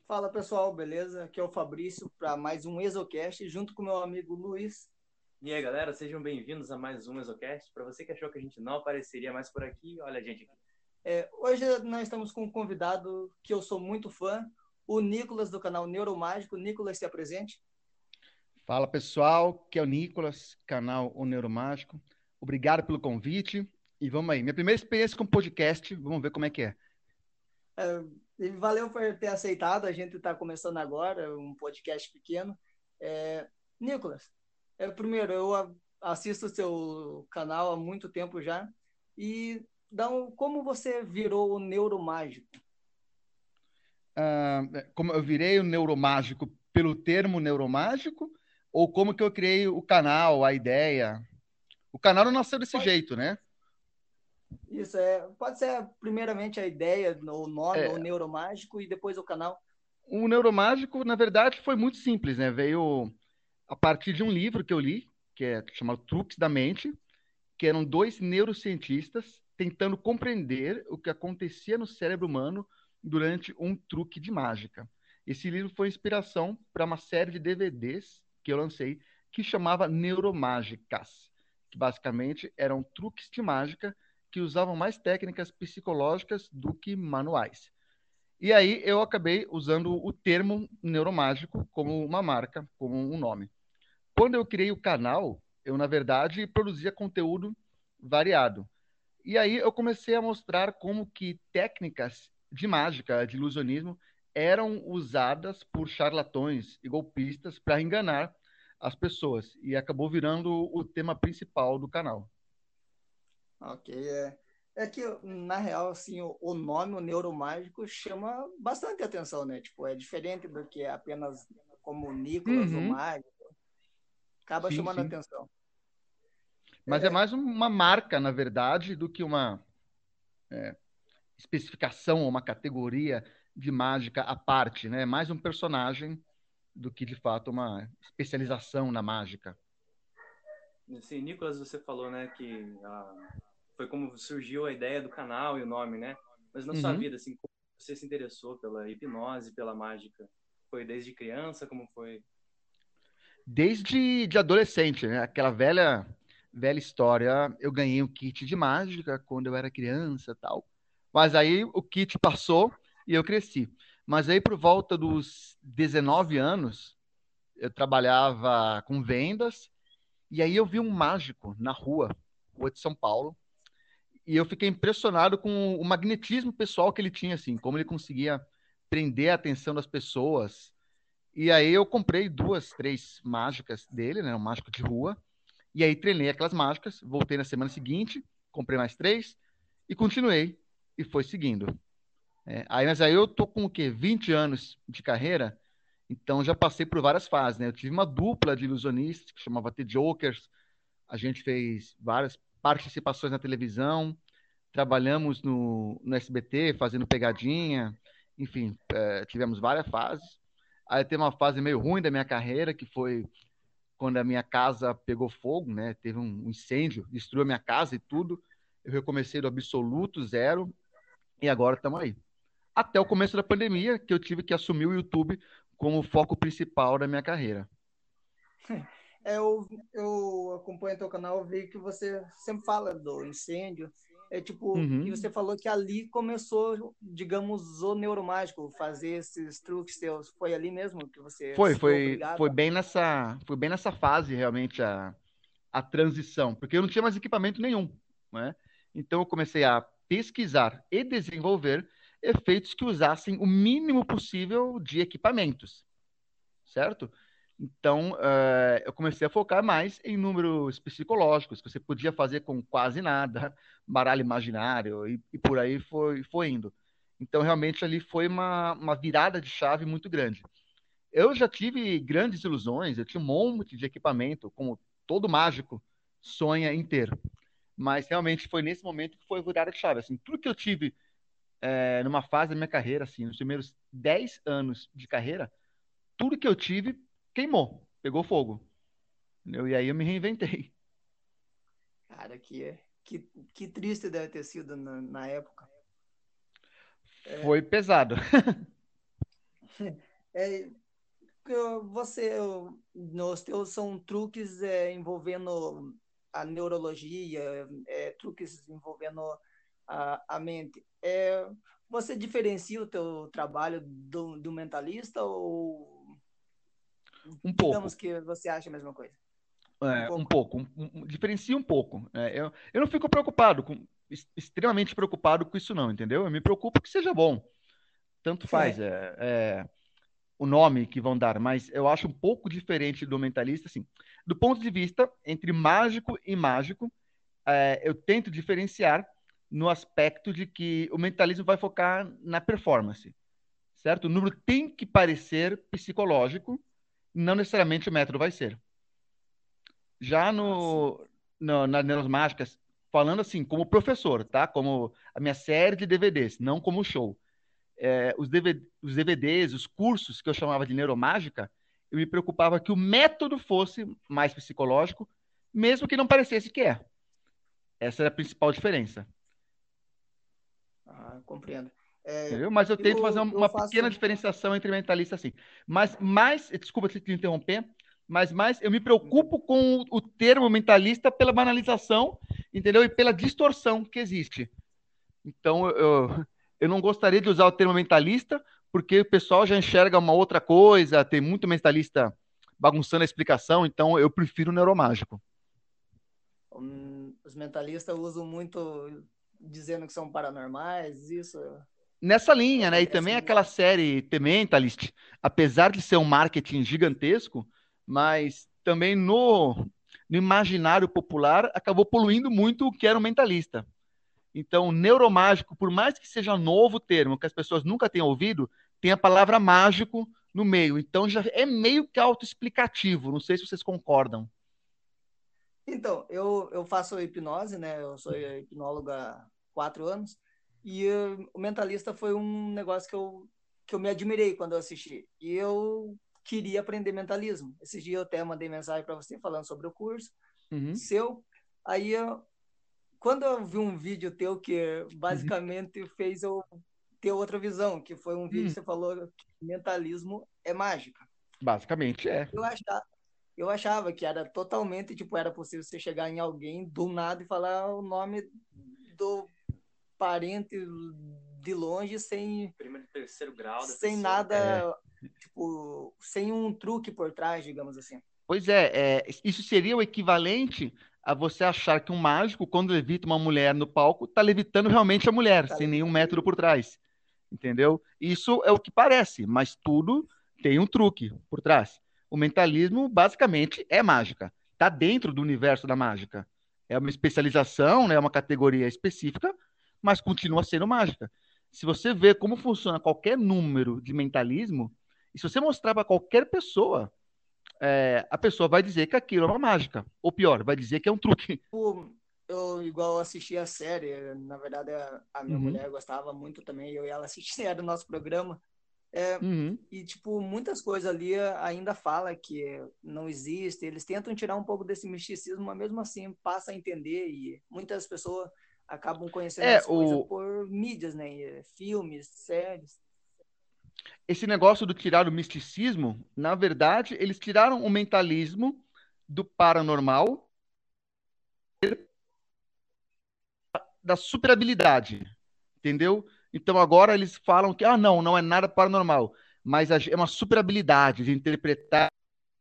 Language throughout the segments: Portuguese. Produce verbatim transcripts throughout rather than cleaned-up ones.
Fala pessoal, beleza? Aqui é o Fabrício para mais um ExoCast junto com meu amigo Luiz. E aí, galera, sejam bem-vindos a mais um ExoCast. Para você que achou que a gente não apareceria mais por aqui, olha a gente aqui. É, hoje nós estamos com um convidado que eu sou muito fã, o Nicolas do canal Neuromágico. Nicolas, se apresente. Fala pessoal, que é o Nicolas, canal O Neuromágico. Obrigado pelo convite e vamos aí. Minha primeira experiência com podcast, vamos ver como é que é. É, valeu por ter aceitado, a gente está começando agora, um podcast pequeno. É, Nicolas, é, primeiro, eu assisto o seu canal há muito tempo já e dá um, como você virou o Neuromágico? Ah, como eu virei o Neuromágico pelo termo Neuromágico ou como que eu criei o canal, a ideia? O canal não nasceu desse Pode, jeito, né? isso é, pode ser primeiramente a ideia, o nome, o É, Neuromágico e depois o canal. o Neuromágico, na verdade, foi muito simples, né? Veio a partir de um livro que eu li, que é chamado Truques da Mente, que eram dois neurocientistas tentando compreender o que acontecia no cérebro humano durante um truque de mágica. Esse livro foi inspiração para uma série de D V Ds que eu lancei, que chamava Neuromágicas, que basicamente eram truques de mágica que usavam mais técnicas psicológicas do que manuais. E aí eu acabei usando o termo neuromágico como uma marca, como um nome. Quando eu criei o canal, eu, na verdade, produzia conteúdo variado. E aí eu comecei a mostrar como que técnicas de mágica, de ilusionismo, eram usadas por charlatões e golpistas para enganar as pessoas. E acabou virando o tema principal do canal. Ok, é, é que, na real, assim, o, o nome, o Neuromágico, chama bastante atenção, né? Tipo, é diferente do que apenas como Nicolas, o Uhum, Mágico, acaba sim, chamando sim. atenção. Mas é É, mais uma marca, na verdade, do que uma especificação ou uma categoria de mágica à parte, né? É mais um personagem do que, de fato, uma especialização na mágica. Assim, Nicolas, você falou, né, que ah, foi como surgiu a ideia do canal e o nome, né? Mas na sua Uhum. vida, assim, como você se interessou pela hipnose, pela mágica? Foi desde criança? Como foi? Desde de adolescente, né? Aquela velha, velha história. Eu ganhei um kit de mágica quando eu era criança, tal. Mas aí o kit passou e eu cresci. Mas aí por volta dos dezenove anos, eu trabalhava com vendas e aí eu vi um mágico na rua, rua de São Paulo, e eu fiquei impressionado com o magnetismo pessoal que ele tinha, assim, como ele conseguia prender a atenção das pessoas. E aí eu comprei duas, três mágicas dele, né? Um mágico de rua. E aí treinei aquelas mágicas, voltei na semana seguinte, comprei mais três e continuei. E foi seguindo. É, aí, mas aí eu tô com o quê? vinte anos de carreira, então já passei por várias fases, né? Eu tive uma dupla de ilusionistas que chamava The Jokers. A gente fez várias participações na televisão, trabalhamos no, no S B T fazendo pegadinha, enfim, é, tivemos várias fases. Aí tem uma fase meio ruim da minha carreira, que foi quando a minha casa pegou fogo, né? Teve um incêndio, destruiu a minha casa e tudo. Eu recomecei do absoluto zero e agora estamos aí. Até o começo da pandemia, que eu tive que assumir o YouTube como foco principal da minha carreira. é, eu, eu acompanho teu canal, vi que você sempre fala do incêndio. É tipo, e você Uhum. falou que ali começou, digamos, o Neuromágico, fazer esses truques seus. Foi ali mesmo que você Foi, se viu foi, obrigado foi a... bem nessa, foi bem nessa fase realmente a, a transição, porque eu não tinha mais equipamento nenhum, né? Então eu comecei a pesquisar e desenvolver efeitos que usassem o mínimo possível de equipamentos, certo? Então uh, eu comecei a focar mais em números psicológicos, que você podia fazer com quase nada, baralho imaginário e, e por aí foi, foi indo. Então realmente ali foi uma, uma virada de chave muito grande. Eu já tive grandes ilusões, eu tinha um monte de equipamento, como todo mágico sonha em ter. Mas realmente foi nesse momento que foi virada de chave. Assim, tudo que eu tive é, numa fase da minha carreira, assim, nos primeiros dez anos de carreira, tudo que eu tive queimou, pegou fogo. Entendeu? E aí eu me reinventei. Cara, que, que, que triste deve ter sido na, na época. É, Foi pesado. É, eu- você, eu- nos teus são truques é, envolvendo a neurologia, é, truques envolvendo a, a mente. É, você diferencia o teu trabalho do, do mentalista ou Um digamos pouco. que você acha a mesma coisa? Um É, um pouco? pouco, um, um- diferencia um pouco. É, eu, eu não fico preocupado, com, es- extremamente preocupado com isso não, entendeu? Eu me preocupo que seja bom, tanto faz é, é, o nome que vão dar, mas eu acho um pouco diferente do mentalista, assim, do ponto de vista entre mágico e mágico, é, eu tento diferenciar no aspecto de que o mentalismo vai focar na performance, certo? O número tem que parecer psicológico, não necessariamente o método vai ser. Já Ah, sim. no, no, nas neuromágicas, falando assim, como professor, tá? Como a minha série de D V Ds, não como show. É, os, D V, os D V Ds, os cursos que eu chamava de neuromágica, eu me preocupava que o método fosse mais psicológico, mesmo que não parecesse que é. Essa era a principal diferença. Ah, compreendo. É, Entendeu? Mas eu tento fazer eu, eu uma pequena faço. diferenciação entre mentalista assim. Mas mais, desculpa te interromper, mas mais eu me preocupo com o, o termo mentalista pela banalização, entendeu? E pela distorção que existe. Então eu, eu não gostaria de usar o termo mentalista, porque o pessoal já enxerga uma outra coisa, tem muito mentalista bagunçando a explicação, então eu prefiro o neuromágico. Hum, os mentalistas usam muito dizendo que são paranormais, isso Nessa linha, né? E acontece também muito. aquela série The Mentalist, apesar de ser um marketing gigantesco, mas também no, no imaginário popular acabou poluindo muito o que era um mentalista. Então, neuromágico, por mais que seja um novo termo, que as pessoas nunca tenham ouvido, tem a palavra mágico no meio. Então, já é meio que autoexplicativo. Não sei se vocês concordam. Então, eu, eu faço hipnose, né? Eu sou hipnólogo há quatro anos. E eh, o Mentalista foi um negócio que eu, que eu me admirei quando eu assisti. E eu queria aprender mentalismo. Esse dia eu até mandei mensagem para você falando sobre o curso Uhum, seu. Aí, eu, quando eu vi um vídeo teu que uhum, basicamente fez eu ter outra visão, que foi um vídeo uhum. que você falou que mentalismo é mágica. Basicamente é. Eu achava, eu achava que era totalmente, tipo, era possível você chegar em alguém do nada e falar o nome do parente de longe sem, Primeiro e terceiro grau da sem pessoa. É. nada, tipo, sem um truque por trás, digamos assim. Pois é, é, isso seria o equivalente a você achar que um mágico, quando levita uma mulher no palco, está levitando realmente a mulher, Tá sem nenhum levitando. método por trás. Entendeu? Isso é o que parece, mas tudo tem um truque por trás. O mentalismo, basicamente, é mágica. Está dentro do universo da mágica. É uma especialização, né, é uma categoria específica, mas continua sendo mágica. Se você vê como funciona qualquer número de mentalismo, e se você mostrar para qualquer pessoa, é, a pessoa vai dizer que aquilo é uma mágica. Ou pior, vai dizer que é um truque. Tipo, eu igual assisti a série, na verdade a, a minha Uhum, mulher gostava muito também, eu e ela assistia do nosso programa. É, uhum. e, tipo, muitas coisas ali ainda fala que não existe. Eles tentam tirar um pouco desse misticismo, mas mesmo assim passa a entender. E muitas pessoas acabam conhecendo É, as coisas o, por mídias, né? Filmes, séries. esse negócio do tirar o misticismo, na verdade, eles tiraram o mentalismo do paranormal, da superabilidade, entendeu? Então agora eles falam que, ah, não, não é nada paranormal, mas é uma superabilidade de interpretar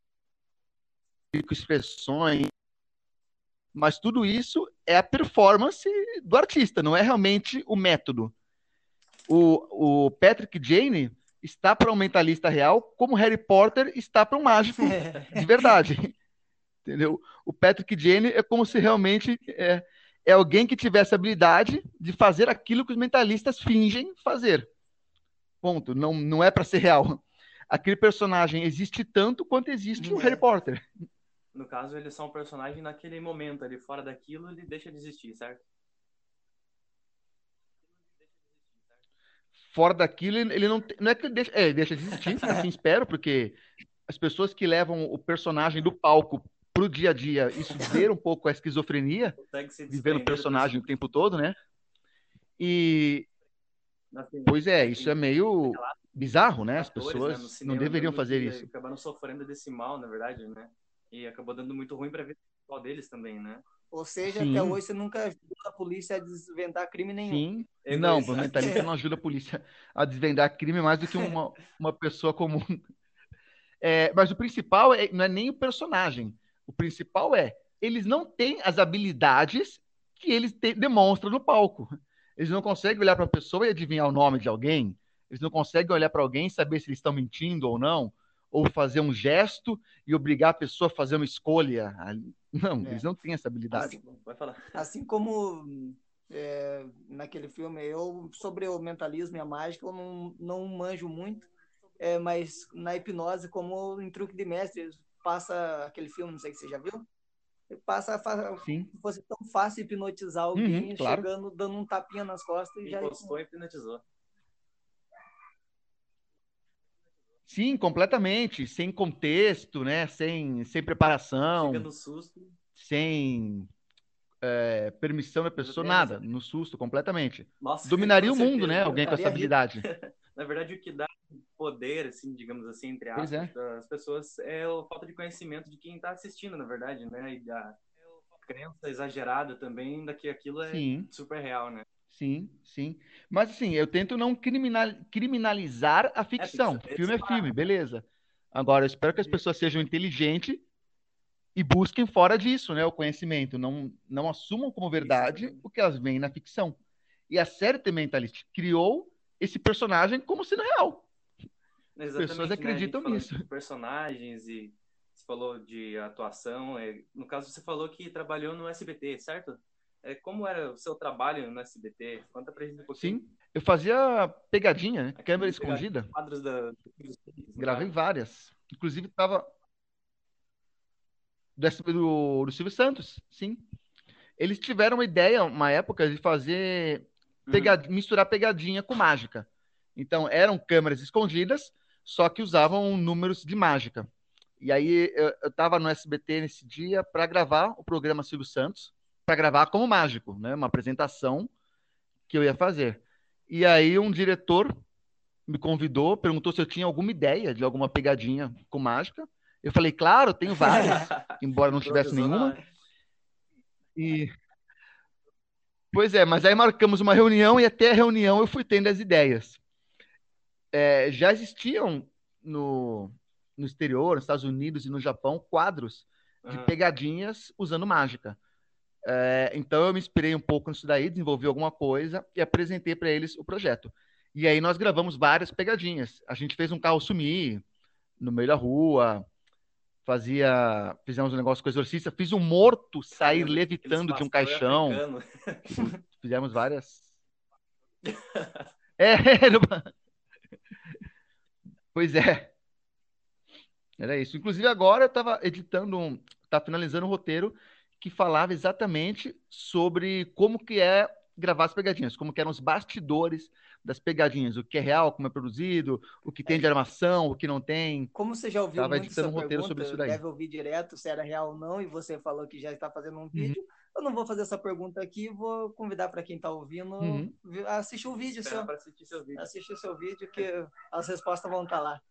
expressões, mas tudo isso é a performance do artista, não é realmente o método. O, o Patrick Jane está para um mentalista real, como Harry Potter está para um mágico de verdade. Entendeu? O Patrick Jane é como se realmente é, é alguém que tivesse a habilidade de fazer aquilo que os mentalistas fingem fazer. Ponto. Não, não é para ser real. Aquele personagem existe tanto quanto existe o Harry É. Potter. No caso, ele é só um personagem naquele momento ali, fora daquilo, ele deixa de existir, certo? Fora daquilo, ele ele não, te- não é que ele deixa, é, ele deixa de existir, assim espero, porque as pessoas que levam o personagem do palco pro dia a dia, isso beira um pouco a esquizofrenia, Consegue se vivendo o desprender do personagem o personagem. tempo todo, né? E, Assim, pois é, é, isso tem, é tem meio relatos. bizarro, né? As atores, né, no pessoas não cinema deveriam mesmo fazer que isso. acabaram sofrendo desse mal, na verdade, né? E acabou dando muito ruim para a vida pessoal deles também, né? Ou seja, até Sim, hoje você nunca ajudou a polícia a desvendar crime nenhum. sim. Não, o Egoísta. mentalista não ajuda a polícia a desvendar crime mais do que uma, uma pessoa comum. É, mas o principal é, não é nem o personagem. O principal é, eles não têm as habilidades que eles te- demonstram no palco. Eles não conseguem olhar para a pessoa e adivinhar o nome de alguém. Eles não conseguem olhar para alguém e saber se eles estão mentindo ou não. Ou fazer um gesto e obrigar a pessoa a fazer uma escolha. Não, eles É. não têm essa habilidade. Assim, Vai falar. assim como é, naquele filme, eu sobre o mentalismo e a mágica, eu não, não manjo muito, é, mas na hipnose, como em Truque de Mestre, passa aquele filme, não sei se você já viu, passa a fa- como Sim. se fosse tão fácil hipnotizar Uhum, alguém, claro. chegando, dando um tapinha nas costas e já... Encostou e hipnotizou. Sim, completamente. Sem contexto, né? Sem, sem Chega preparação, no susto. sem é, permissão da Mas eu pessoa, tenho a nada, impressão. no susto, completamente. Nossa, Dominaria com o mundo, né? certeza. Alguém com essa Estaria rico. habilidade. Na verdade, o que dá poder, assim, digamos assim, entre Pois aspas, é. das pessoas é a falta de conhecimento de quem está assistindo, na verdade, né? E a crença exagerada também da que aquilo é Sim, super real, né? sim, sim. Mas assim, eu tento não criminal, criminalizar a É, tem que ficção. saber Filme é separar. filme, beleza. Agora, eu espero que as pessoas sejam inteligentes e busquem fora disso, né, o conhecimento. Não, não assumam como Isso, verdade exatamente. o que elas veem na ficção. E a série The Mentalist criou esse personagem como sendo real. As pessoas Exatamente, né? A gente acreditam falando nisso. de personagens e você falou de atuação. É, no caso, você falou que trabalhou no S B T, certo? É, como era o seu trabalho no S B T? Conta pra gente um pouquinho. Sim, eu fazia pegadinha, né? Câmera Aquele pegar escondida. quadros da, dos no Gravei caso. várias. Inclusive, tava do, S B do, do Silvio Santos, sim. Eles tiveram uma ideia, uma época, de fazer Uhum. pegad... misturar pegadinha com mágica. Então, eram câmeras escondidas, só que usavam números de mágica. E aí eu, eu tava no S B T nesse dia para gravar o programa Silvio Santos, para gravar como mágico, né? Uma apresentação que eu ia fazer. E aí um diretor me convidou, perguntou se eu tinha alguma ideia de alguma pegadinha com mágica. Eu falei, claro, tenho várias, embora não tivesse Improvisou na nenhuma. hora. E pois é, mas aí marcamos uma reunião e até a reunião eu fui tendo as ideias. É, já existiam no, no exterior, nos Estados Unidos e no Japão, quadros de Uhum. pegadinhas usando mágica. É, então eu me inspirei um pouco nisso daí, desenvolvi alguma coisa e apresentei para eles o projeto. E aí nós gravamos várias pegadinhas. A gente fez um carro sumir no meio da rua, fazia, fizemos um negócio com o exorcista, fiz um morto sair Caramba, aqueles levitando de um pastor caixão, africano. fizemos várias. É, pois é, era isso. Inclusive agora eu estava editando, um, tá finalizando um roteiro que falava exatamente sobre como que é gravar as pegadinhas, como que eram os bastidores das pegadinhas, o que é real, como é produzido, o que tem É, de armação, o que não tem. como você já ouviu Tava muito essa editando um roteiro sobre isso pergunta, daí. deve ouvir direto se era real ou não, e você falou que já está fazendo um Uhum, vídeo. Eu não vou fazer essa pergunta aqui, vou convidar para quem está ouvindo uhum. assistir o vídeo Esperar seu. para assistir seu vídeo. Assistir o seu vídeo, que as respostas vão estar lá.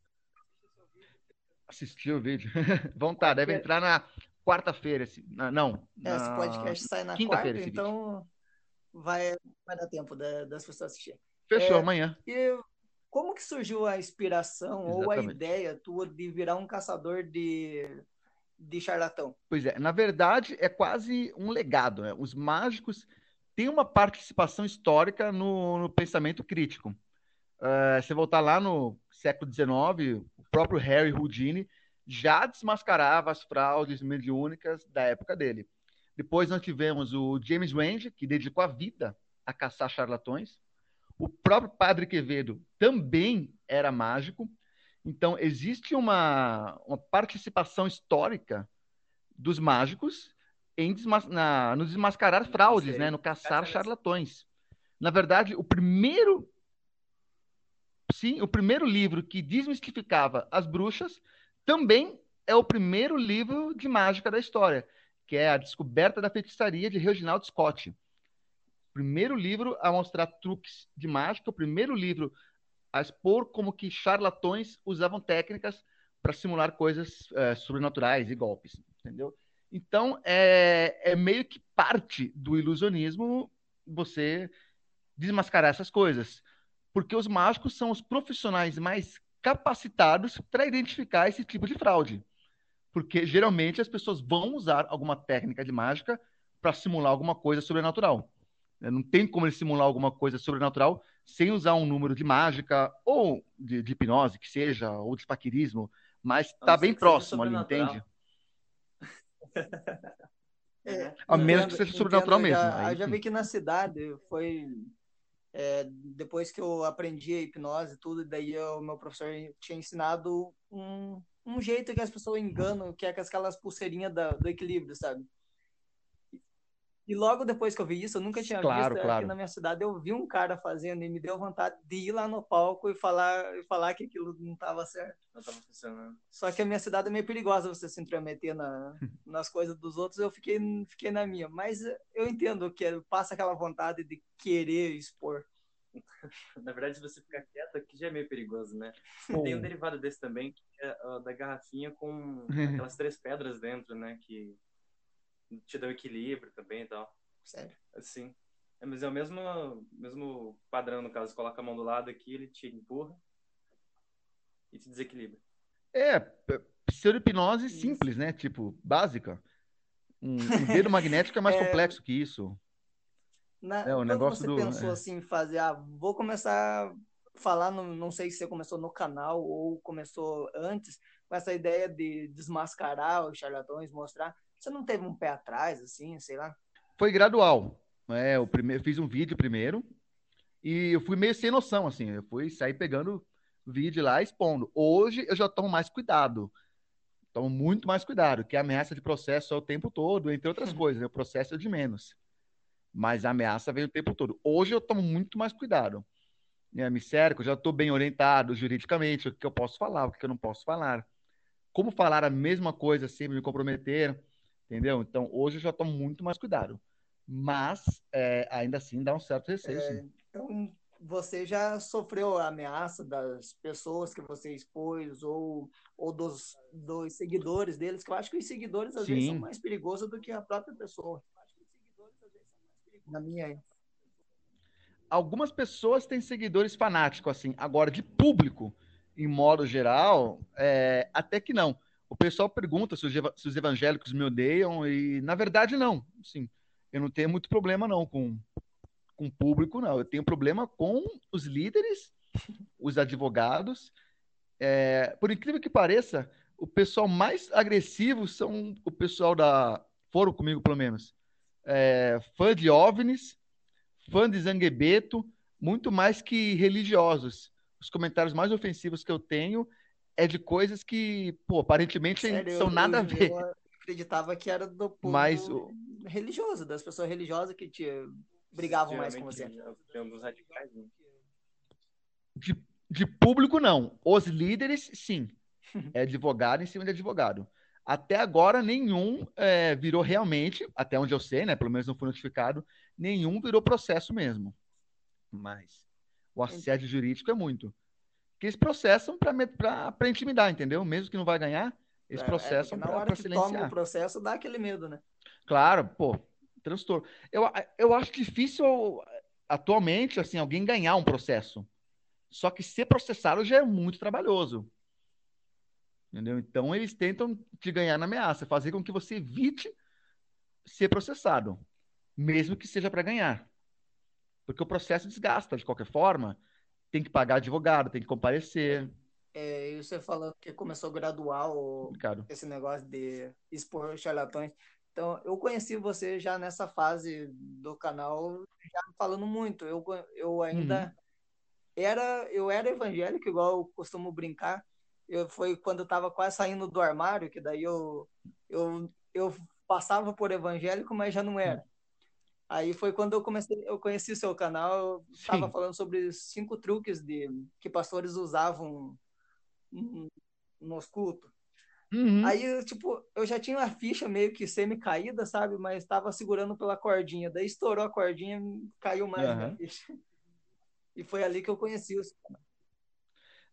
Assisti o vídeo. Vão estar, deve Qualquer... entrar na quarta-feira, esse, na- não, É, esse na podcast sai na quinta-feira quarta, esse vídeo. então vai, vai dar tempo da- das pessoas assistirem. Fechou, É, amanhã. e como que surgiu a inspiração ou a Exatamente. ideia tua de virar um caçador de, de charlatão? Pois é, na verdade é quase um legado, né? Os mágicos têm uma participação histórica no, no pensamento crítico. É, se voltar lá no século dezenove, o próprio Harry Houdini já desmascarava as fraudes mediúnicas da época dele. Depois nós tivemos o James Randi, que dedicou a vida a caçar charlatões. O próprio Padre Quevedo também era mágico. Então, existe uma, uma participação histórica dos mágicos em desmas na, no desmascarar Isso fraudes, né, aí. no caçar Charlatão. charlatões. Na verdade, o primeiro, sim, o primeiro livro que desmistificava as bruxas também é o primeiro livro de mágica da história, que é A Descoberta da Feitiçaria de Reginald Scott. Primeiro livro a mostrar truques de mágica, o primeiro livro a expor como que charlatões usavam técnicas para simular coisas é, sobrenaturais e golpes, entendeu? Então, é, é meio que parte do ilusionismo você desmascarar essas coisas, porque os mágicos são os profissionais mais capacitados para identificar esse tipo de fraude, porque geralmente as pessoas vão usar alguma técnica de mágica para simular alguma coisa sobrenatural. Não tem como ele simular alguma coisa sobrenatural sem usar um número de mágica ou de, de hipnose, que seja, ou de espaquirismo, mas A não está ser bem que seja próximo ali, entende? sobrenatural. É, A menos que entendo, seja entendo. sobrenatural Eu mesmo. já, eu Aí já sim. vi que na cidade foi é, depois que eu aprendi a hipnose e tudo, daí eu- o meu professor tinha ensinado um, um jeito que as pessoas enganam, que é com aquelas pulseirinhas da- do equilíbrio, sabe? E logo depois que eu vi isso, eu nunca tinha visto Claro, aqui claro. na minha cidade, eu vi um cara fazendo e me deu vontade de ir lá no palco e falar, e falar que aquilo não estava certo. Não tava funcionando. Só que a minha cidade é meio perigosa você se intrometer na, nas coisas dos outros, eu fiquei, fiquei na minha. Mas eu entendo que passa aquela vontade de querer expor. Na verdade, se você ficar quieto aqui já é meio perigoso, né? Pô. Tem um derivado desse também, que é uh, da garrafinha com aquelas três pedras dentro, né? Que te dá o equilíbrio também e tal. Sério. Assim. É, mas é o mesmo, mesmo padrão, no caso. Você coloca a mão do lado aqui, ele te empurra e te desequilibra. É, p- pseudo-hipnose Isso. simples, né? Tipo, básica. Um, um dedo magnético é mais É, complexo que isso. na, É o quando negócio você do. pensou É. assim, fazer, ah, vou começar a falar, no, não sei se você começou no canal ou começou antes, com essa ideia de desmascarar os charlatões, mostrar, você não teve um pé atrás, assim, sei lá? Foi gradual. É, eu primeiro, fiz um vídeo primeiro e eu fui meio sem noção, assim. Eu fui sair pegando vídeo lá e expondo. Hoje eu já tomo mais cuidado. Tomo muito mais cuidado, que a ameaça de processo é o tempo todo, entre outras coisas. O processo é de menos. Mas a ameaça vem o tempo todo. Hoje eu tomo muito mais cuidado. Né, me cerco, já estou bem orientado juridicamente, o que eu posso falar, o que eu não posso falar. Como falar a mesma coisa sem me comprometer, entendeu? Então, hoje eu já tomo muito mais cuidado. Mas, é, ainda assim, dá um certo receio, sim. É, então, você já sofreu a ameaça das pessoas que você expôs ou, ou dos, dos seguidores deles, que eu acho que os seguidores às vezes são Sim. mais perigosos do que a própria pessoa. Na minha. Algumas pessoas têm seguidores fanáticos, assim. Agora, de público, em modo geral, é, até que não. O pessoal pergunta se os, eva- se os evangélicos me odeiam e, na verdade, não. Sim, eu não tenho muito problema, não, com, com o público, não. Eu tenho problema com os líderes, os advogados. É, por incrível que pareça, o pessoal mais agressivo são o pessoal da... Foram comigo, pelo menos. É, fã de OVNIs, fã de Zanguebeto, muito mais que religiosos. Os comentários mais ofensivos que eu tenho é de coisas que, pô, aparentemente Sério, são eu, eu, nada a eu ver. acreditava que era do Mas povo o- religioso, das pessoas religiosas que te brigavam mais com Geralmente você. tem alguns radicais, né? de, de público, não. Os líderes, sim. É advogado em cima de advogado. Até agora, nenhum é, virou realmente, até onde eu sei, né? Pelo menos não foi notificado, nenhum virou processo mesmo. Mas o assédio jurídico é muito. Que eles processam para intimidar, entendeu? Mesmo que não vai ganhar, eles É, é, porque processam na hora para que toma o silenciar. processo dá aquele medo, né? Claro, pô, transtorno. Eu, eu acho difícil atualmente assim alguém ganhar um processo. Só que ser processado já é muito trabalhoso. Entendeu? Então eles tentam te ganhar na ameaça, fazer com que você evite ser processado, mesmo que seja para ganhar. Porque o processo desgasta de qualquer forma. Tem que pagar advogado, tem que comparecer. É, e você falando que começou gradual Complicado. esse negócio de expor charlatões. Então, eu conheci você já nessa fase do canal, já falando muito. Eu, eu Uhum. ainda era, eu era evangélico, igual eu costumo brincar. Eu, foi quando eu estava quase saindo do armário, que daí eu, eu, eu passava por evangélico, mas já não era. Aí foi quando eu comecei, eu conheci seu canal, eu estava Sim. falando sobre cinco truques de que pastores usavam nos cultos. Uhum. Aí, tipo, eu já tinha uma ficha meio que semi-caída, sabe? Mas estava segurando pela cordinha. Daí estourou a cordinha, caiu mais minha Uhum. ficha. E foi ali que eu conheci os.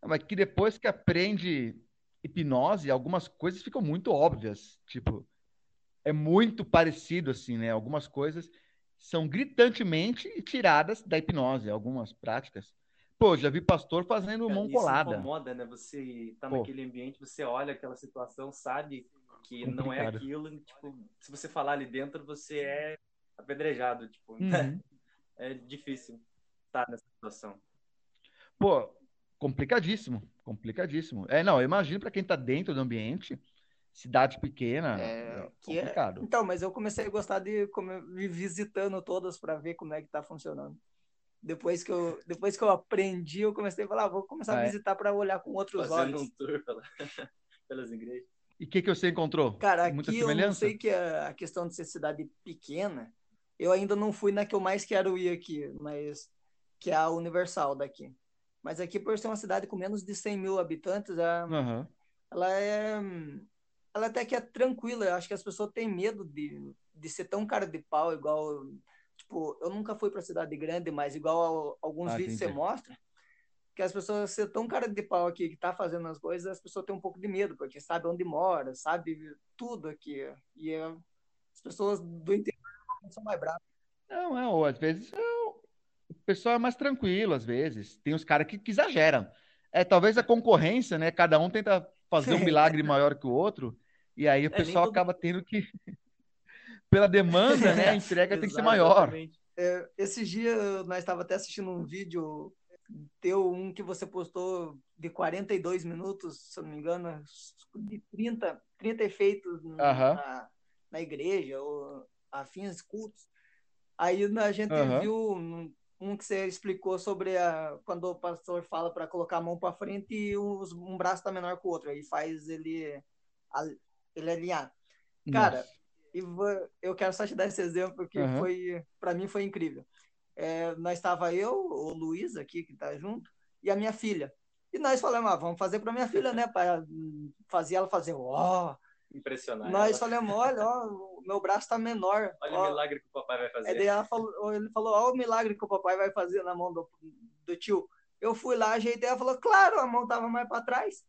Mas que depois que aprende hipnose, algumas coisas ficam muito óbvias. Tipo, é muito parecido, assim, né? Algumas coisas são gritantemente tiradas da hipnose, algumas práticas. Pô, já vi pastor fazendo Cara, mão isso colada. incomoda, né? Você tá Pô, naquele ambiente, você olha aquela situação, sabe que não é complicado. aquilo, e, tipo, se você falar ali dentro, você é apedrejado, tipo, Uhum. é difícil estar nessa situação. Pô, complicadíssimo, complicadíssimo. É, não, eu imagino para quem tá dentro do ambiente, cidade pequena, é É, que é... complicado. Então, mas eu comecei a gostar de come- ir visitando todas para ver como é que tá funcionando. Depois que eu, depois que eu aprendi, eu comecei a falar, ah, vou começar a Ah, é. visitar para olhar com outros Fazendo olhos. um tour pela, pelas igrejas. E o que que você encontrou? Cara, Muita aqui eu não semelhança? sei que a, a questão de ser cidade pequena, eu ainda não fui na que eu mais quero ir aqui, mas que é a Universal daqui. Mas aqui, por ser uma cidade com menos de cem mil habitantes, a- Aham. ela é, ela até que é tranquila. Eu acho que as pessoas têm medo de, de ser tão cara de pau, igual, tipo, eu nunca fui para cidade grande, mas igual a- alguns Ah, vídeos você entendi. mostra, que as pessoas ser tão cara de pau aqui que tá fazendo as coisas, as pessoas têm um pouco de medo, porque sabe onde mora, sabe tudo aqui. E é, as pessoas do interior são mais bravas. Não, é, ou às vezes é, o pessoal é mais tranquilo, às vezes. Tem os caras que, que exageram. É, talvez a concorrência, né? Cada um tenta fazer um milagre maior que o outro, e aí o É, nem pessoal todo acaba tendo que, pela demanda, né? A entrega tem que ser Exato. maior. exatamente. É, esses dias nós estava até assistindo um vídeo, teu um que você postou de quarenta e dois minutos, se eu não me engano, de trinta trinta efeitos Aham, na, na igreja, ou afins, cultos. Aí a gente aham. viu um, um que você explicou sobre a, quando o pastor fala para colocar a mão para frente e os- um braço está menor que o outro, aí faz ele, a- ele alinhar. Cara, Nossa. e vo- eu quero só te dar esse exemplo porque Aham, foi, para mim foi incrível. É, nós estava eu, o Luiz aqui que tá junto, e a minha filha. E nós falamos, ah, vamos fazer para minha filha, né, para fazer ela fazer, ó. Impressionar Nós ela. falamos, olha, ó, o meu braço tá menor, Olha o ó. milagre que o papai vai Aí fazer. daí ela falou, ele falou, ó, o milagre que o papai vai fazer na mão do, do tio. Eu fui lá, ajeitei, ela falou, claro, a mão tava mais para trás.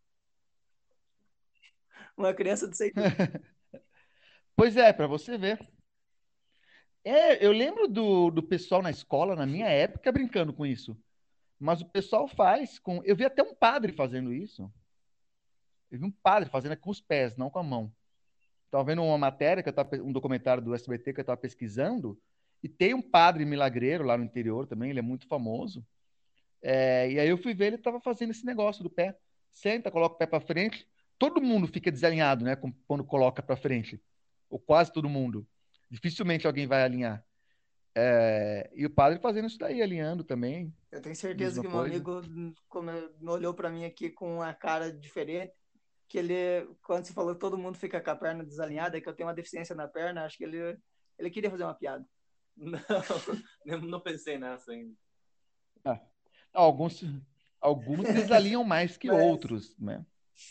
Uma criança de seis anos. Pois é, para você ver. É, eu lembro do, do pessoal na escola, na minha época, brincando com isso. Mas o pessoal faz com. Eu vi até um padre fazendo isso. Eu vi um padre fazendo com os pés, não com a mão. Estava vendo uma matéria, que eu tava, um documentário do S B T que eu estava pesquisando, e tem um padre milagreiro lá no interior também, ele é muito famoso. É, e aí eu fui ver, ele estava fazendo esse negócio do pé. Senta, coloca o pé para frente. Todo mundo fica desalinhado, né? Quando coloca para frente. Ou quase todo mundo. Dificilmente alguém vai alinhar. É, e o padre fazendo isso daí, alinhando também. Eu tenho certeza Mesma que meu coisa. amigo como, olhou para mim aqui com uma cara diferente, que ele, quando você falou que todo mundo fica com a perna desalinhada, é que eu tenho uma deficiência na perna, acho que ele, ele queria fazer uma piada. Não, eu não pensei nessa ainda. Ah, alguns, alguns desalinham mais que Mas outros, né?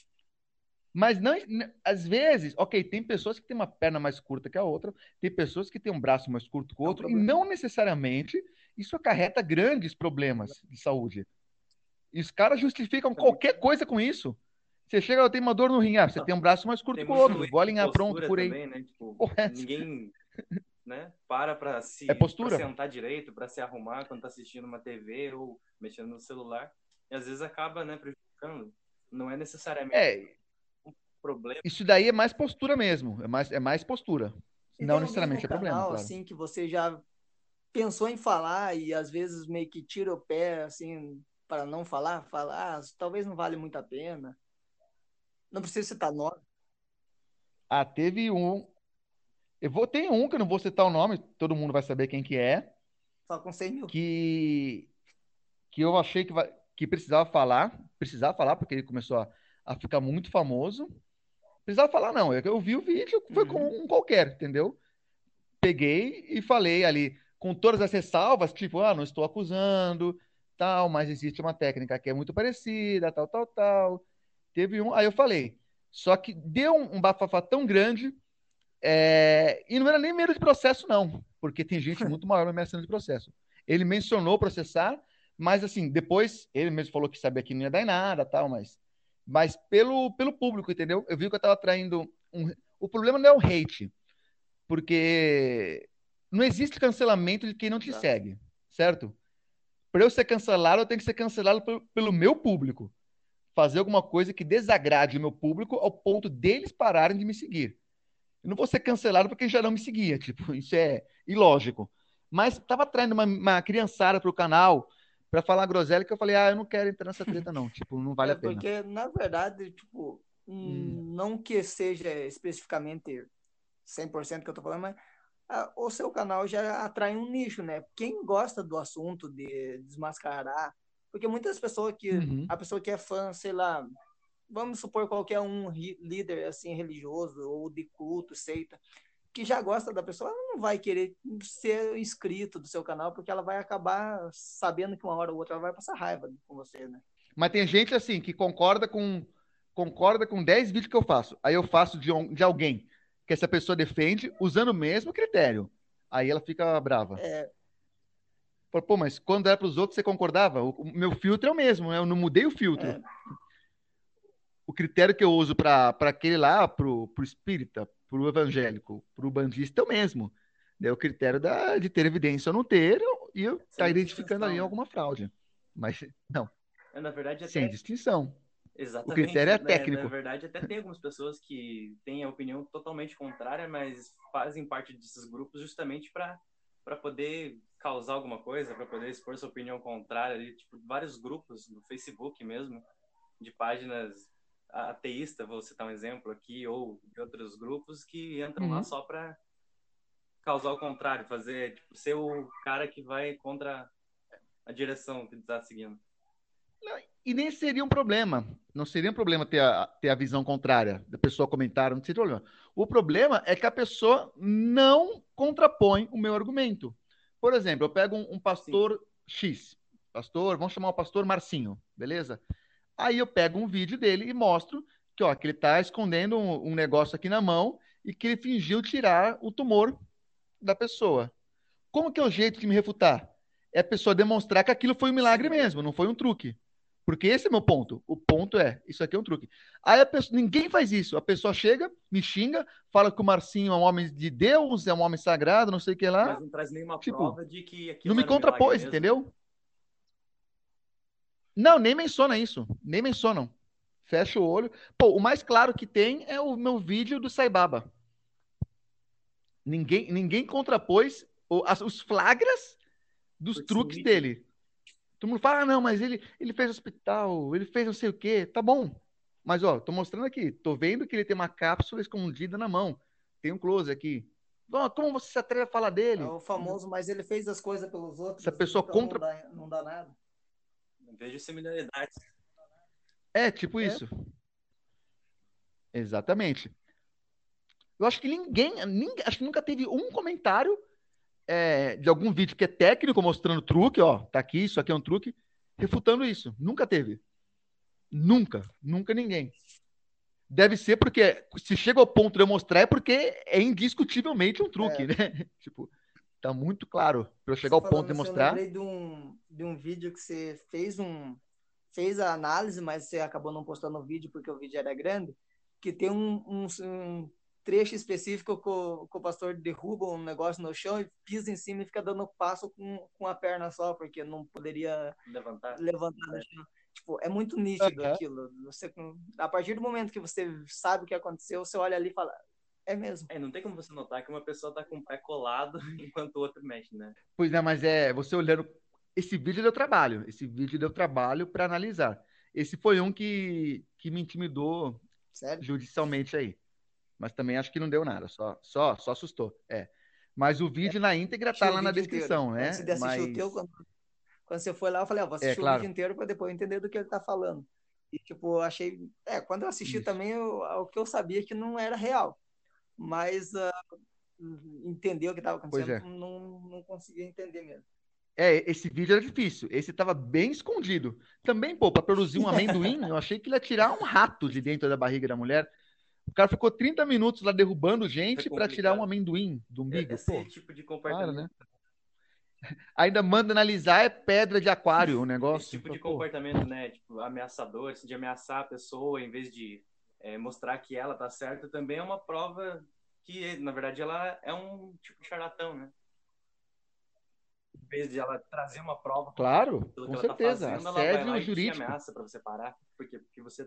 Mas não, às vezes, ok, tem pessoas que têm uma perna mais curta que a outra, tem pessoas que têm um braço mais curto que o é um outro, e problema. não necessariamente isso acarreta grandes problemas de saúde. E os caras justificam qualquer coisa com isso. Você chega, eu tenho uma dor no rim, ah, você tem um braço mais curto Tem que o muito outro, erro vou de alinhar, pronto, postura curei. também, né? Tipo, Porra, é essa? ninguém, né, para para É se para postura. sentar direito, para se arrumar quando tá assistindo uma T V ou mexendo no celular. E às vezes acaba, né, prejudicando. Não é necessariamente É, um problema. isso daí é mais postura mesmo, é mais, é mais postura. E tem Não alguém no necessariamente é problema, canal claro. assim que você já pensou em falar e às vezes meio que tira o pé assim para não falar, falar, ah, talvez não vale muito a pena. Não precisa citar nome, Ah, teve um. Eu vou, tem um que eu não vou citar o nome, todo mundo vai saber quem que é, só com cem mil. que, que eu achei que, vai, que precisava falar, precisava falar, porque ele começou a, a ficar muito famoso. Precisava falar, não. Eu, eu vi o vídeo, foi com Uhum. um qualquer, entendeu? Peguei e falei ali, com todas as ressalvas, tipo, ah, não estou acusando, tal, mas existe uma técnica que é muito parecida, tal, tal, tal. Teve um, aí eu falei. Só que deu um, um bafafá tão grande, é, e não era nem medo de processo, não, porque tem gente muito maior ameaçando de processo. Ele mencionou processar, Mas, assim, depois, ele mesmo falou que sabia que não ia dar em nada, tal, mas, mas pelo, pelo público, entendeu? Eu vi que eu tava atraindo um... O problema não é o hate, porque não existe cancelamento de quem não te Exato. segue, certo? Para eu ser cancelado, eu tenho que ser cancelado pelo, pelo meu público. Fazer alguma coisa que desagrade o meu público ao ponto deles pararem de me seguir. Eu não vou ser cancelado porque já não me seguia, tipo, isso é ilógico. Mas tava atraindo uma, uma criançada pro canal para falar groselha que eu falei, ah, eu não quero entrar nessa treta não, tipo, não vale É a pena. porque, na verdade, tipo, Hum. hum, não que seja especificamente cem por cento que eu tô falando, mas ah, o seu canal já atrai um nicho, né? Quem gosta do assunto de desmascarar, porque muitas pessoas que, Uhum. a pessoa que é fã, sei lá, vamos supor qualquer um ri- líder assim religioso ou de culto, seita, que já gosta da pessoa, ela não vai querer ser inscrito do seu canal, porque ela vai acabar sabendo que uma hora ou outra ela vai passar raiva com você, né? Mas tem gente assim que concorda com concorda com dez vídeos que eu faço. Aí eu faço de, um- de alguém que essa pessoa defende usando o mesmo critério. Aí ela fica brava. É, Fala, pô, mas quando era para os outros você concordava? O, o meu filtro é o mesmo, né? Eu não mudei o filtro. é, O critério que eu uso para aquele lá, pro, pro espírita, pro evangélico, pro bandista é o mesmo. É o critério da, de ter evidência ou não ter, e eu tá Sem identificando ali distinção, né? alguma fraude. Mas, não, É, na verdade, sem até distinção. O exatamente, critério é né? Na técnico. verdade, até tem algumas pessoas que têm a opinião totalmente contrária, mas fazem parte desses grupos justamente para para poder causar alguma coisa, para poder expor sua opinião contrária ali, tipo, vários grupos no Facebook mesmo, de páginas ateístas, vou citar um exemplo aqui, ou de outros grupos que entram lá Uhum. só para causar o contrário, fazer, tipo, ser o cara que vai contra a direção que está seguindo. E nem seria um problema. Não seria um problema ter a, ter a visão contrária da pessoa comentar, não seria problema. O problema é que a pessoa não contrapõe o meu argumento. Por exemplo, eu pego um, um Sim. pastor X, pastor, vamos chamar o pastor Marcinho, beleza? Aí eu pego um vídeo dele e mostro que, ó, que ele está escondendo um, um negócio aqui na mão e que ele fingiu tirar o tumor da pessoa. Como que é o jeito de me refutar? É a pessoa demonstrar que aquilo foi um milagre Sim, mesmo, não foi um truque. Porque esse é meu ponto. O ponto é, isso aqui é um truque. Aí a pessoa, ninguém faz isso. A pessoa chega, me xinga, fala que o Marcinho é um homem de Deus, é um homem sagrado, não sei o que lá. mas não traz nenhuma Tipo, prova de que não aquilo me era um milagre contrapôs, mesmo. entendeu? Não, nem menciona isso. Nem mencionam. Fecha o olho. Pô, o mais claro que tem é o meu vídeo do Saibaba. Ninguém, ninguém contrapôs o- as- os flagras dos Porque isso é truques nítido. dele. Todo mundo fala, ah, não, mas ele, ele fez hospital, ele fez não sei o quê. Tá bom. Mas, ó, tô mostrando aqui. Tô vendo que ele tem uma cápsula escondida na mão. Tem um close aqui. Ó, como você se atreve a falar é dele? o famoso, mas ele fez as coisas pelos Essa outros, pessoa então não contra. dá, não dá nada. Vejo similaridades. É, tipo É, isso. Exatamente. Eu acho que ninguém, ninguém acho que nunca teve um comentário é, de algum vídeo que é técnico mostrando truque, ó, tá aqui, isso aqui é um truque, refutando isso. Nunca teve. Nunca. Nunca ninguém. Deve ser porque, se chega ao ponto de eu mostrar, é porque é indiscutivelmente um truque, é. né? Tipo, tá muito claro. Pra eu chegar Você ao ponto falando de assim, eu mostrar. lembrei de um, de um vídeo que você fez um fez a análise, mas você acabou não postando o vídeo porque o vídeo era grande, que tem um, um, um trecho específico que o, que o pastor derruba um negócio no chão e pisa em cima e fica dando passo com, com a perna só, porque não poderia Levantar. levantar do É. chão. Tipo, é muito nítido Aham. aquilo. Você, a partir do momento que você sabe o que aconteceu, você olha ali e fala, é mesmo. É, não tem como você notar que uma pessoa tá com o pé colado enquanto o outro mexe, né? Pois é, mas é, você olhando. Esse vídeo deu trabalho. Esse vídeo deu trabalho para analisar. Esse foi um que, que me intimidou Sério? judicialmente aí. Mas também acho que não deu nada. Só, só, só assustou. É. Mas o vídeo na íntegra tá Assistiu o lá na vídeo inteiro. descrição, Antes né? de assistir o teu, Mas. quando, quando você foi lá, eu falei, ó, vou É, assistir o vídeo claro. inteiro para depois entender do que ele tá falando. E, tipo, eu achei. É, quando eu assisti Isso. também, eu, o que eu sabia que não era real. Mas uh, entender o que estava Pois acontecendo, é. não, não conseguia entender mesmo. É, esse vídeo era difícil. Esse tava bem escondido. Também, pô, para produzir um amendoim, eu achei que ele ia tirar um rato de dentro da barriga da mulher. O cara ficou trinta minutos lá derrubando É gente para tirar um complicado. amendoim do umbigo. Esse Pô, tipo de para, né? comportamento Ainda manda analisar, é pedra de aquário o Esse negócio. tipo de Pô, comportamento, né? Tipo, ameaçador, assim, de ameaçar a pessoa em vez de é, mostrar que ela tá certa, também é uma prova que, na verdade, ela é um tipo de charlatão, né? Em vez de ela trazer uma prova claro, pelo que com ela tá certeza. fazendo, ela vai lá Assédio e te jurídico. ameaça pra você parar. Por quê? Porque você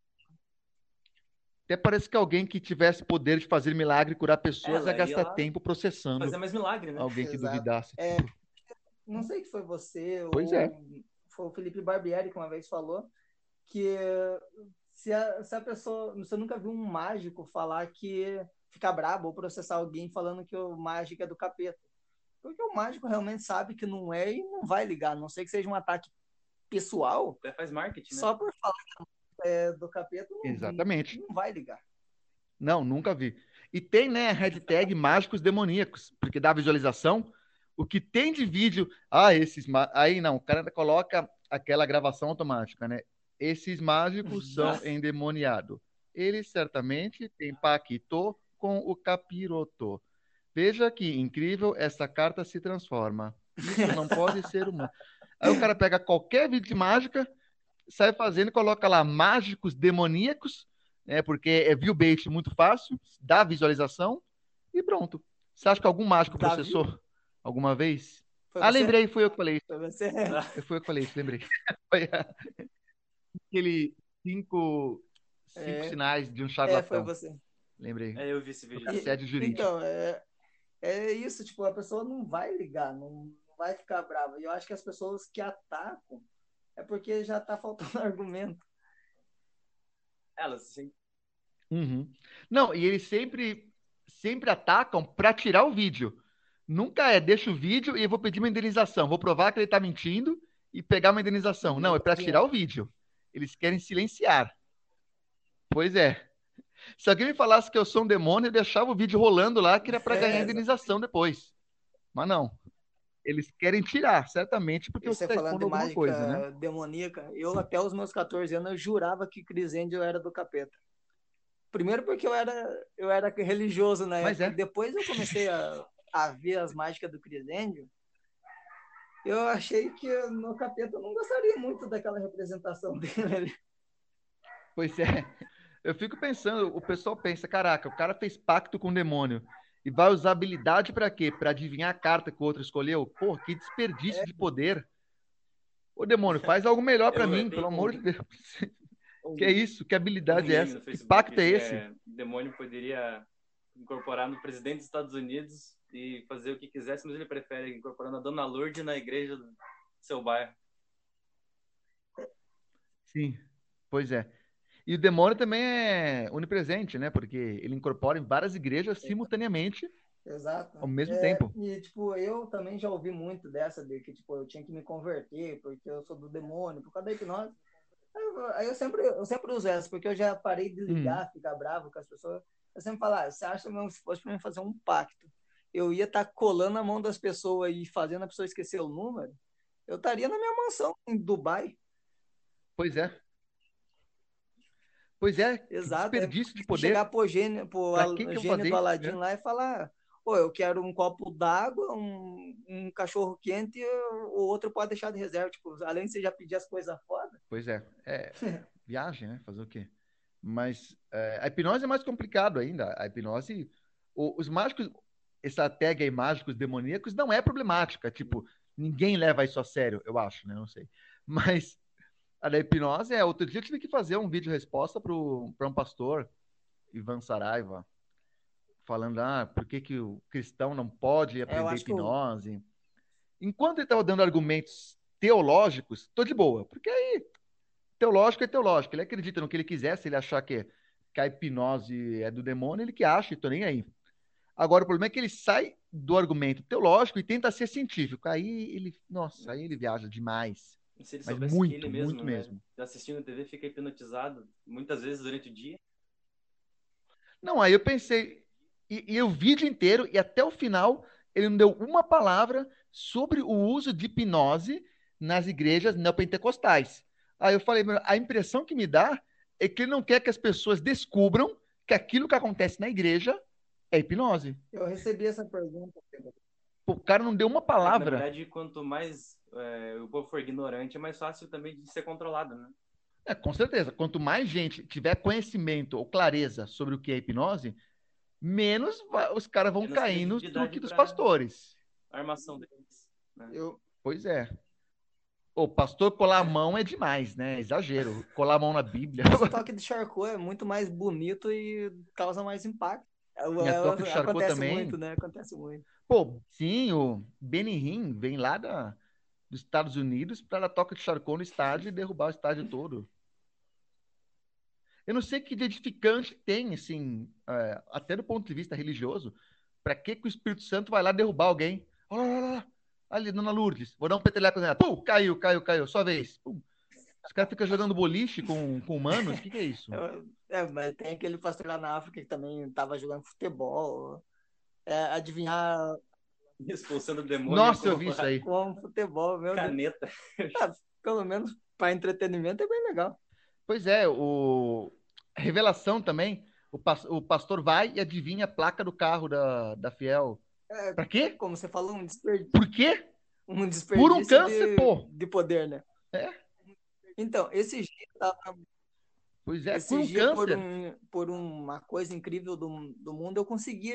Até parece que alguém que tivesse poder de fazer milagre e curar pessoas ia ela ia gastar lá tempo processando fazer mais milagre, né? alguém que Exato. duvidasse. É, Tipo, não sei se foi você pois é. ou foi o Felipe Barbieri que uma vez falou que se a, se a pessoa, você nunca viu um mágico falar que ficar brabo ou processar alguém falando que o mágico é do capeta. Porque o mágico realmente sabe que não é e não vai ligar, a não sei que seja um ataque pessoal, Até faz marketing, né? só por falar que é do capeta, não, Exatamente. não vai ligar. Não, nunca vi. E tem, né, a hashtag mágicos demoníacos, porque dá visualização. O que tem de vídeo. Ah, esses. ma- Aí não, o cara ainda coloca aquela gravação automática, né? Esses mágicos são endemoniados. Eles certamente têm pacto com o capiroto. Veja que incrível, essa carta se transforma. Isso não pode ser humano. Aí o cara pega qualquer vídeo de mágica, sai fazendo e coloca lá mágicos demoníacos, né? Porque é view bait muito fácil, dá visualização e pronto. Você acha que algum mágico Davi? processou alguma vez? Foi Ah, você? lembrei, foi eu que falei isso. Foi você? Eu fui eu que falei isso, lembrei. Foi aquele cinco, cinco É, sinais de um é, foi charlatão. você. Lembrei. É, eu vi esse vídeo. E, Assédio jurídico. então, é, é isso, tipo, a pessoa não vai ligar, não, não vai ficar brava. E eu acho que as pessoas que atacam é porque já tá faltando argumento. Elas, assim, Uhum. Não, e eles sempre, sempre atacam para tirar o vídeo. Nunca é, deixa o vídeo e eu vou pedir uma indenização. Vou provar que ele está mentindo e pegar uma indenização. Não, é para tirar o vídeo. Eles querem silenciar. Pois é. Se alguém me falasse que eu sou um demônio, eu deixava o vídeo rolando lá, que era para ganhar É, indenização depois. Mas não. Eles querem tirar, certamente, porque e você você está falando expondo de alguma coisa, né? mágica demoníaca, eu até os meus catorze anos eu jurava que Crisêndio era do capeta. Primeiro porque eu era, eu era religioso na Mas época. é. Depois eu comecei a, a ver as mágicas do Crisêndio. Eu achei que no capeta eu não gostaria muito daquela representação dele. Pois é. Eu fico pensando, o pessoal pensa, caraca, o cara fez pacto com o demônio e vai usar habilidade para quê? Para adivinhar a carta que o outro escolheu? Pô, que desperdício de poder. Ô, demônio, faz algo melhor para eu, eu mim, pelo tenho amor de um, Deus. Que é um, isso? Que um habilidade é meme essa? no Que Facebook pacto é que esse? é o demônio poderia incorporar no presidente dos Estados Unidos e fazer o que quisesse, mas ele prefere incorporando a Dona Lourdes na igreja do seu bairro. Sim, pois é. E o demônio também é onipresente, né? Porque ele incorpora em várias igrejas simultaneamente, Exato. ao mesmo É, tempo. e, tipo, eu também já ouvi muito dessa, de que, tipo, eu tinha que me converter porque eu sou do demônio, por causa da hipnose. Aí eu, aí eu sempre, eu sempre uso essa, porque eu já parei de Uhum. ligar, ficar bravo com as pessoas. Eu sempre falo, ah, você acha mesmo que se fosse pra mim fazer um pacto, eu ia estar tá colando a mão das pessoas e fazendo a pessoa esquecer o número? Eu estaria na minha mansão em Dubai. Pois é. Pois é, que Exato. É desperdício de chegar poder. pro gênio, Pra pro que que eu vou gênio fazer do isso? Aladim É. lá e falar, pô, eu quero um copo d'água, um, um cachorro quente, e o outro pode deixar de reserva. Tipo, além de você já pedir as coisas foda. Pois é. É viagem, né? Fazer o quê? Mas é, a hipnose é mais complicado ainda. A hipnose, o- os mágicos, essa tag aí, mágicos demoníacos, não é problemática. Tipo, ninguém leva isso a sério, eu acho, né? Não sei. Mas a da hipnose é. Outro dia eu tive que fazer um vídeo resposta para um pastor, Ivan Saraiva, falando, ah, por que, que o cristão não pode É, eu aprender acho que eu, hipnose? Enquanto ele estava dando argumentos teológicos, tô de boa, porque aí teológico é teológico, ele acredita no que ele quiser, se ele achar que, que a hipnose é do demônio, ele que acha, e tô nem aí. Agora, o problema é que ele sai do argumento teológico e tenta ser científico. Aí ele, nossa, aí ele viaja demais. E se ele Mas soubesse que ele muito, mesmo, muito né, mesmo. assistindo T V, fica hipnotizado muitas vezes durante o dia. Não, aí eu pensei, e, e o vídeo inteiro, e até o final, ele não deu uma palavra sobre o uso de hipnose nas igrejas neopentecostais. Aí eu falei, "Meu, a impressão que me dá é que ele não quer que as pessoas descubram que aquilo que acontece na igreja é hipnose. eu recebi essa pergunta. Pô, o cara não deu uma Na palavra. verdade, quanto mais é, o povo for ignorante, é mais fácil também de ser controlado, né? É, com certeza. Quanto mais gente tiver conhecimento ou clareza sobre o que é hipnose, menos va- os caras vão Menos cair nos truques credibilidade dos para pastores. a armação deles, né? Eu, Pois é. O pastor colar a mão é demais, né? É exagero. Colar a mão na Bíblia. esse toque de Charcot é muito mais bonito e causa mais impacto. É, E a toca de é, Charcot acontece muito, também. né? Acontece muito. Pô, sim, o Benny Hinn vem lá da, dos Estados Unidos para dar toca de Charcot no estádio e derrubar o estádio todo. Eu não sei que de edificante tem, assim, é, até do ponto de vista religioso, para que, que o Espírito Santo vai lá derrubar alguém? Olha lá, olha lá, ali, Dona Lourdes, vou dar um peteleco nela. Pum, caiu, caiu, caiu, sua vez. Pum. Os caras ficam jogando boliche com, com humanos, o que, que é isso? É, mas tem aquele pastor lá na África que também estava jogando futebol. É, adivinhar Expulsando o demônio Nossa, eu com vi isso a aí. com futebol, meu Deus. caneta. Ah, pelo menos para entretenimento é bem legal. Pois é, o Revelação também, o, pas- o pastor vai e adivinha a placa do carro da, da Fiel. É, Pra quê? como você falou, um desperdício, Por quê? um Por um desperdício câncer, de, pô. de poder, né? É, Então, esse dia, tava- pois é, por esse um dia por, câncer. um, por uma coisa incrível do, do mundo, eu consegui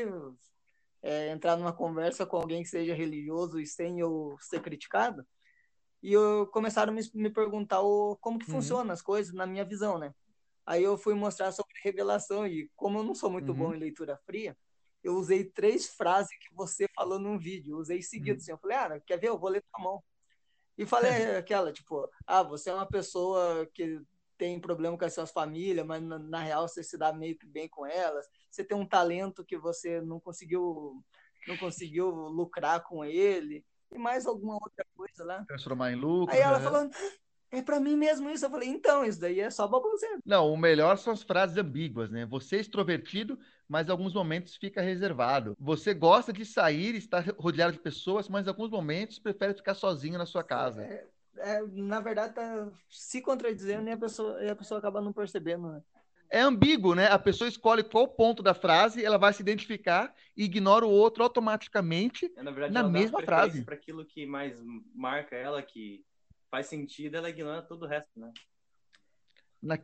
é, entrar numa conversa com alguém que seja religioso e sem eu ser criticado. E eu, começaram a me, me perguntar o, como que Uhum, funcionam as coisas na minha visão, né? Aí eu fui mostrar sobre revelação e como eu não sou muito bom uhum, em leitura fria, eu usei três frases que você falou num vídeo, eu usei seguido, uhum. assim, eu falei, ah, quer ver? Eu vou ler tua mão. E falei aquela, tipo, ah, você é uma pessoa que tem problema com as suas famílias, mas na, na real você se dá meio que bem com elas. Você tem um talento que você não conseguiu, não conseguiu lucrar com ele. E mais alguma outra coisa lá. Transformar em Aí lucro. ela Uhum. falou, é pra mim mesmo isso. Eu falei, então, isso daí é só baboseira. Não, o melhor são as frases ambíguas, né? Você é extrovertido, mas em alguns momentos fica reservado. Você gosta de sair, estar rodeado de pessoas, mas em alguns momentos prefere ficar sozinho na sua casa. É, é, na verdade, tá se contradizendo e a pessoa, e a pessoa acaba não percebendo, né? É ambíguo, né? A pessoa escolhe qual ponto da frase, ela vai se identificar e ignora o outro automaticamente É, na verdade, na ela dá mesma preferência frase. para aquilo que mais marca ela, que faz sentido, ela ignora todo o resto, né? Na,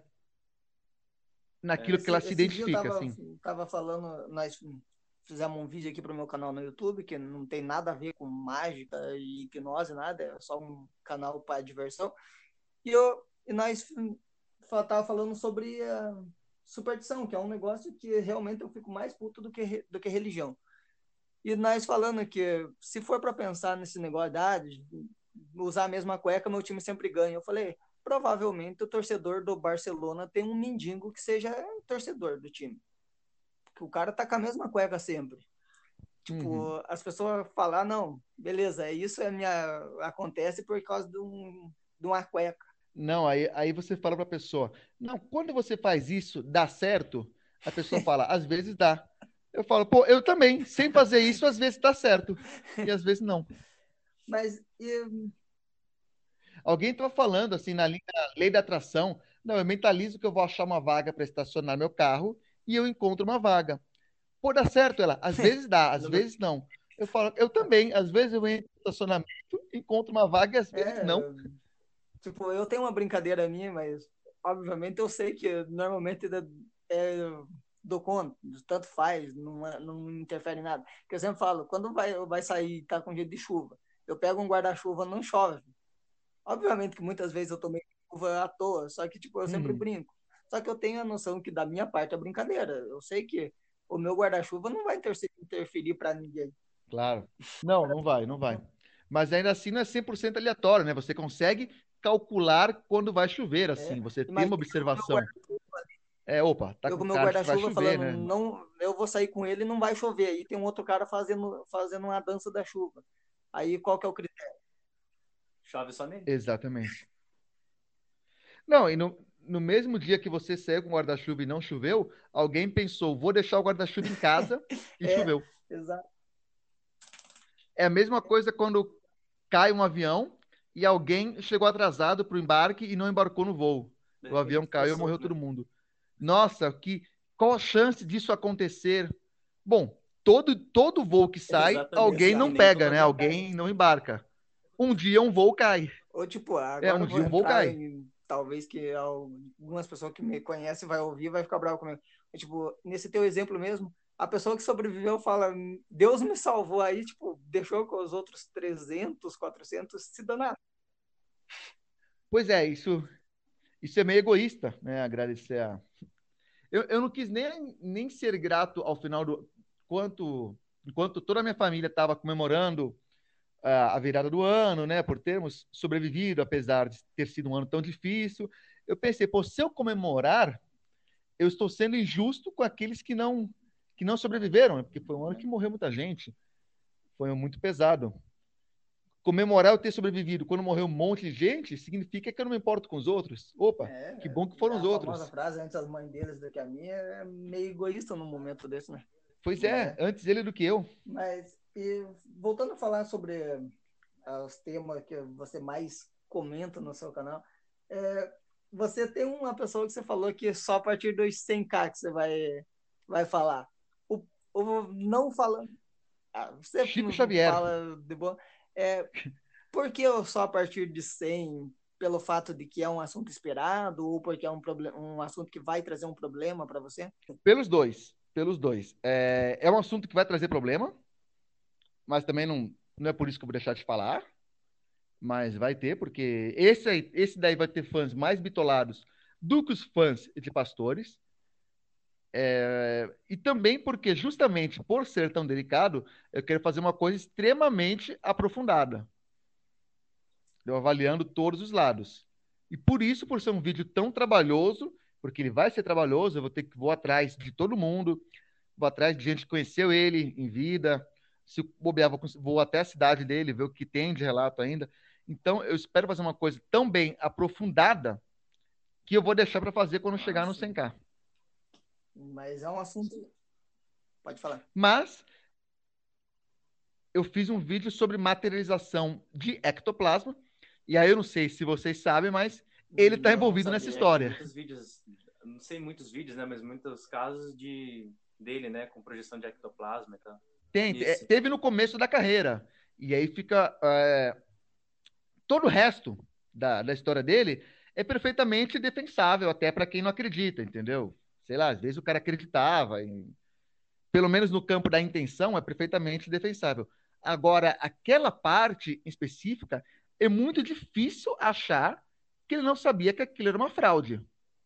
É, naquilo que Esse, ela se esse dia eu identifica, tava, assim. tava falando, nós fizemos um vídeo aqui pro meu canal no YouTube, que não tem nada a ver com mágica e hipnose, nada, é só um canal para diversão. E, eu, e nós fa- tava falando sobre a superstição, que é um negócio que realmente eu fico mais puto do que, re- do que religião. E nós falando que se for para pensar nesse negócio de ah, de usar a mesma cueca, meu time sempre ganha. Eu falei, provavelmente o torcedor do Barcelona tem um mendigo que seja torcedor do time. Que o cara tá com a mesma cueca sempre. Uhum. Tipo, as pessoas falar, não, beleza, isso é minha acontece por causa de, um, de uma cueca. Não, aí, aí você fala para a pessoa, não, quando você faz isso, dá certo? A pessoa fala, às vezes dá. Eu falo, pô, eu também, sem fazer isso, às vezes dá certo. E às vezes não. Mas e, Alguém estava falando, assim, na linha da lei da atração, não, eu mentalizo que eu vou achar uma vaga para estacionar meu carro e eu encontro uma vaga. Pô, dá certo ela, às vezes dá, às vezes não. Eu falo, eu também, às vezes eu entro no estacionamento, encontro uma vaga e às vezes não. é, tipo, eu tenho uma brincadeira minha, mas obviamente eu sei que normalmente é, dou conta, tanto faz, não, é- não interfere em nada. Porque eu sempre falo, quando vai, vai sair, tá com jeito de chuva, eu pego um guarda-chuva, não chove. Obviamente que muitas vezes eu tomei chuva à toa, só que tipo, eu sempre Uhum, brinco. Só que eu tenho a noção que da minha parte é brincadeira. Eu sei que o meu guarda-chuva não vai interse- interferir para ninguém. claro. Não, não vai, não vai. Mas ainda assim não é cem por cento aleatório, né? Você consegue calcular quando vai chover, É. assim, você tem uma Imagina eu com o meu observação. guarda-chuva, É, opa, tá eu com com o meu cara de que vai guarda-chuva chover, falando, né? não, eu vou sair com ele, não vai chover. Aí tem um outro cara fazendo, fazendo uma dança da chuva. Aí qual que é o critério? chove só nele. Exatamente. Não, e no, no mesmo dia que você saiu com o guarda-chuva e não choveu, alguém pensou, vou deixar o guarda-chuva em casa e É, choveu. exato. É a mesma coisa quando cai um avião e alguém chegou atrasado para o embarque e não embarcou no voo. De O avião repente ficou caiu e solto, morreu né? todo mundo. Nossa, que qual a chance disso acontecer? Bom, todo, todo voo que sai, Exatamente. alguém não Nem pega, toda né? vez Alguém cai. não embarca. Um dia um voo cai. Ou tipo, É, agora um eu vou dia um voo entrar cai. em, talvez que algumas pessoas que me conhecem vai ouvir e vai ficar bravo comigo. É, tipo, nesse teu exemplo mesmo, a pessoa que sobreviveu fala, Deus me salvou, aí, tipo, deixou com os outros trezentos, quatrocentos se danar. Pois é, isso, isso é meio egoísta, né? Agradecer a. Eu, eu não quis nem, nem ser grato ao final do. Quanto, enquanto toda a minha família estava comemorando a, a virada do ano, né? Por termos sobrevivido, apesar de ter sido um ano tão difícil. Eu pensei, pô, se eu comemorar, eu estou sendo injusto com aqueles que não, que não sobreviveram, né? Porque foi um ano que morreu muita gente. Foi um muito pesado. Comemorar eu ter sobrevivido quando morreu um monte de gente significa que eu não me importo com os outros. Opa, que É, bom que foram é os a famosa outros. frase, antes as mães deles do que a minha, é meio egoísta num momento desse, né? Pois é, Mas, antes ele do que eu. mas e voltando a falar sobre ah, os temas que você mais comenta no seu canal, é, você tem uma pessoa que você falou que só a partir dos cem k que você vai, vai falar. O, o não falando. Ah, você Chico Xavier. fala de boa. É, por que só a partir de cem? Pelo fato de que é um assunto esperado ou porque é um, problem, um assunto que vai trazer um problema para você? Pelos dois. Pelos dois. É, é um assunto que vai trazer problema, mas também não, não é por isso que eu vou deixar de falar. Mas vai ter, porque esse, aí, esse daí vai ter fãs mais bitolados do que os fãs de pastores. É, e também porque, justamente por ser tão delicado, eu quero fazer uma coisa extremamente aprofundada. Eu avaliando todos os lados. E por isso, por ser um vídeo tão trabalhoso, porque ele vai ser trabalhoso, eu vou ter que vou atrás de todo mundo, vou atrás de gente que conheceu ele em vida. Se bobear, vou, vou até a cidade dele, ver o que tem de relato ainda. Então, eu espero fazer uma coisa tão bem aprofundada que eu vou deixar para fazer quando Ah, chegar no sim. cem K. Mas é um assunto. Pode falar. Mas eu fiz um vídeo sobre materialização de ectoplasma. E aí eu não sei se vocês sabem, mas ele está Não envolvido nessa sabia. É, tem história. muitos vídeos, não sei muitos vídeos, né? Mas muitos casos de dele, né? Com projeção de ectoplasma e tal. Tem, é, Isso. teve no começo da carreira. E aí fica. É, todo o resto da, da história dele é perfeitamente defensável, até para quem não acredita, entendeu? Sei lá, às vezes o cara acreditava, em, pelo menos no campo da intenção, é perfeitamente defensável. Agora, aquela parte específica, é muito difícil achar que ele não sabia que aquilo era uma fraude.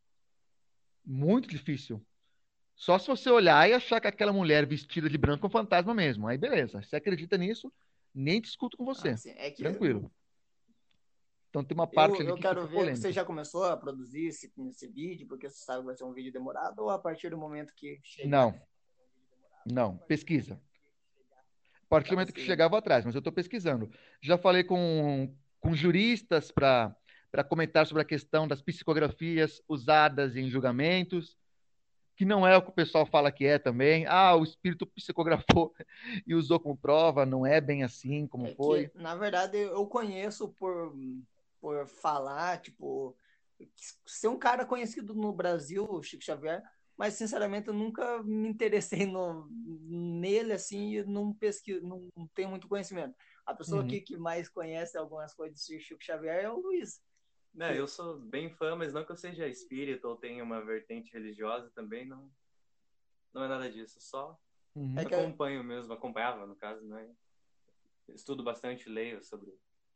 Muito difícil. Só se você olhar e achar que aquela mulher vestida de branco é um fantasma mesmo. Aí beleza. Se acredita nisso, nem discuto com Ah, você. sim. É que Tranquilo. Então tem uma parte eu, ali eu que quero fica ver, você polêmica. já começou a produzir esse, esse vídeo, porque você sabe que vai ser um vídeo demorado, ou a partir do momento que chegar, Não, não. Pesquisa. A partir tá do momento que pesquisando? chegava atrás, mas eu estou pesquisando. Já falei com, com juristas para para comentar sobre a questão das psicografias usadas em julgamentos, que não é o que o pessoal fala que é também. Ah, o espírito psicografou e usou como prova, não é bem assim como É que, foi. na verdade, eu conheço por, por falar, tipo, ser um cara conhecido no Brasil, o Chico Xavier, mas, sinceramente, eu nunca me interessei no, nele, assim, e não pesquiso, não tenho muito conhecimento. A pessoa que, Uhum. que mais conhece algumas coisas de Chico Xavier é o Luiz. Né, eu sou bem fã, mas não que eu seja espírita ou tenha uma vertente religiosa também, não, não é nada disso. Só É Uhum. que acompanho mesmo, acompanhava no caso, né? Estudo bastante, leio sobre.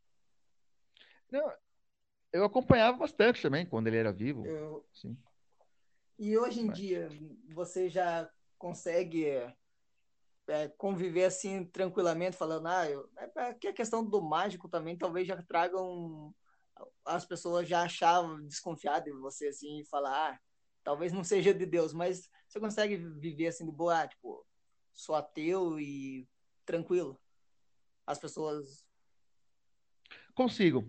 Não, eu acompanhava bastante também quando ele era vivo. eu, Sim. e hoje em Mas... dia, você já consegue é, conviver assim tranquilamente, falando, ah, eu, é, que a questão do mágico também talvez já tragam as pessoas já achavam desconfiado de você assim e falar, ah, talvez não seja de Deus, mas você consegue viver assim de boa, ah, tipo, sou ateu e tranquilo. As pessoas Consigo.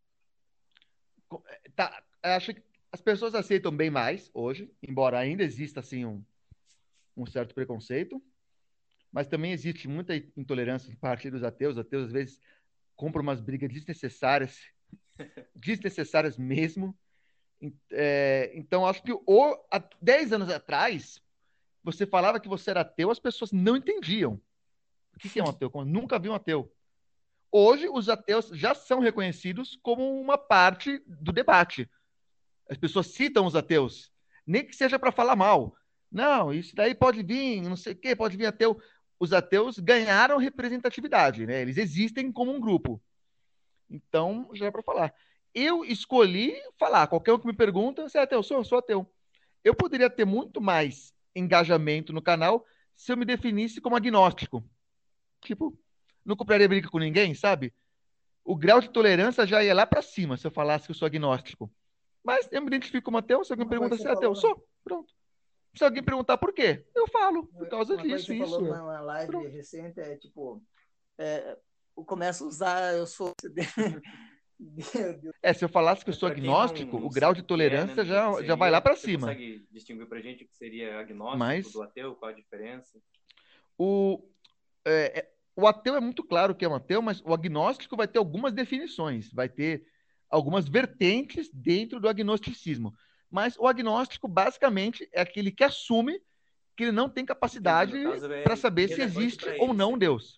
Tá, acho que as pessoas aceitam bem mais hoje, embora ainda exista assim um, um certo preconceito, mas também existe muita intolerância de parte dos ateus. Os ateus às vezes compram umas brigas desnecessárias, desnecessárias mesmo. É, então acho que o, há dez anos atrás você falava que você era ateu, as pessoas não entendiam. O que é um ateu? Como nunca vi um ateu. Hoje, os ateus já são reconhecidos como uma parte do debate. As pessoas citam os ateus, nem que seja para falar mal. Não, isso daí pode vir, não sei o quê, pode vir ateu. Os ateus ganharam representatividade, né? Eles existem como um grupo. Então, já é para falar. Eu escolhi falar. Qualquer um que me pergunta, você é ateu? Sou, sou ateu. Eu poderia ter muito mais engajamento no canal se eu me definisse como agnóstico. Tipo, não compraria briga com ninguém, sabe? O grau de tolerância já ia lá para cima se eu falasse que eu sou agnóstico. Mas eu me identifico como ateu. Se alguém Uma coisa pergunta que se você é ateu, eu falou, sou. Pronto. Se alguém perguntar por quê, eu falo. Por causa uma coisa que disso, você falou isso. numa live Pronto. recente é tipo, é, eu começo a usar, eu sou. Meu Deus. É, se eu falasse que eu Mas sou para quem não, agnóstico, não o grau sabe de o que é, né, tolerância do que já, já vai lá seria, para você cima. consegue distinguir para a gente o que seria agnóstico Mas do ateu? Qual a diferença? o, é, é, o ateu é muito claro que é um ateu, mas o agnóstico vai ter algumas definições, vai ter algumas vertentes dentro do agnosticismo. Mas o agnóstico, basicamente, é aquele que assume que ele não tem Entendi. capacidade No caso, para é saber se irrelevante existe para ou ele não um seria. Deus.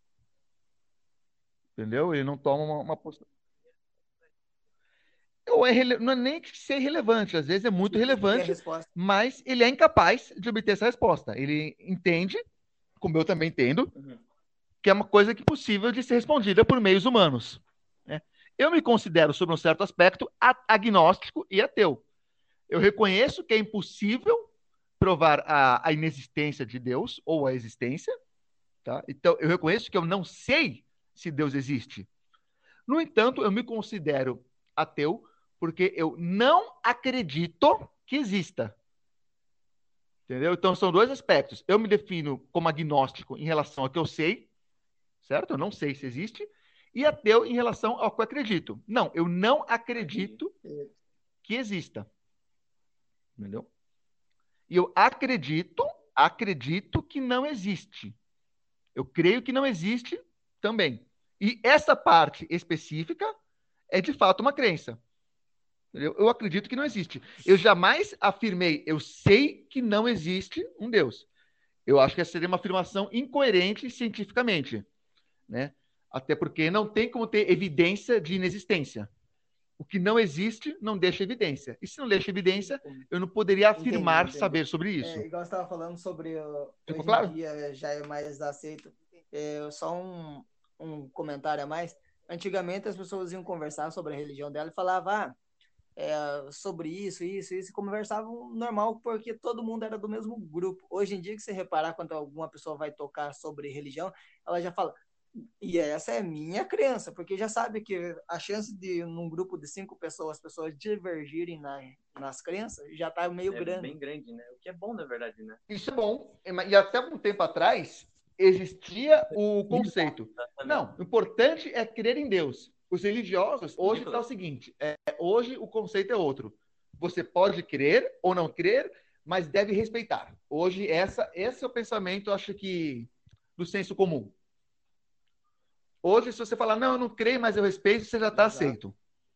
Entendeu? Ele não toma uma, uma postura. Ou é rele... Não é nem que ser relevante, às vezes é muito Tem a relevante, resposta. mas ele é incapaz de obter essa resposta. Ele entende, como eu também entendo, Uhum. que é uma coisa que é possível de ser respondida por meios humanos. Né? Eu me considero, sob um certo aspecto, agnóstico e ateu. Eu reconheço que é impossível provar a, a inexistência de Deus ou a existência. Tá? Então, eu reconheço que eu não sei se Deus existe. No entanto, eu me considero ateu porque eu não acredito que exista. Entendeu? Então, são dois aspectos. Eu me defino como agnóstico em relação ao que eu sei, certo? Eu não sei se existe. E ateu em relação ao que eu acredito. Não, eu não Entendi. acredito que exista. Entendeu? E eu acredito, acredito que não existe. Eu creio que não existe também. E essa parte específica é de fato uma crença. Entendeu? Eu acredito que não existe. Eu jamais afirmei, eu sei que não existe um Deus. Eu acho que essa seria uma afirmação incoerente cientificamente, né? Até porque não tem como ter evidência de inexistência. O que não existe não deixa evidência. E se não deixa evidência, eu não poderia Entendi, afirmar entendi. saber sobre isso. É, igual você estava falando sobre uh, Ficou hoje em claro? dia já é mais aceito. É, só um, um comentário a mais. Antigamente as pessoas iam conversar sobre a religião dela e falavam ah, é, sobre isso, isso, isso, e conversavam normal porque todo mundo era do mesmo grupo. Hoje em dia, que você reparar quando alguma pessoa vai tocar sobre religião, ela já fala, e essa é minha crença, porque já sabe que a chance de, num grupo de cinco pessoas, as pessoas divergirem na, nas crenças, já está meio É grande. bem grande, né? O que é bom, na verdade, né? Isso é bom. E até um tempo atrás existia o conceito. Não, o importante é crer em Deus. Os religiosos, hoje está o seguinte: é, hoje o conceito é outro. Você pode crer ou não crer, mas deve respeitar. Hoje, essa, esse é o pensamento, acho que, do senso comum. Hoje, se você falar, não, eu não creio, mas eu respeito, você já está aceito.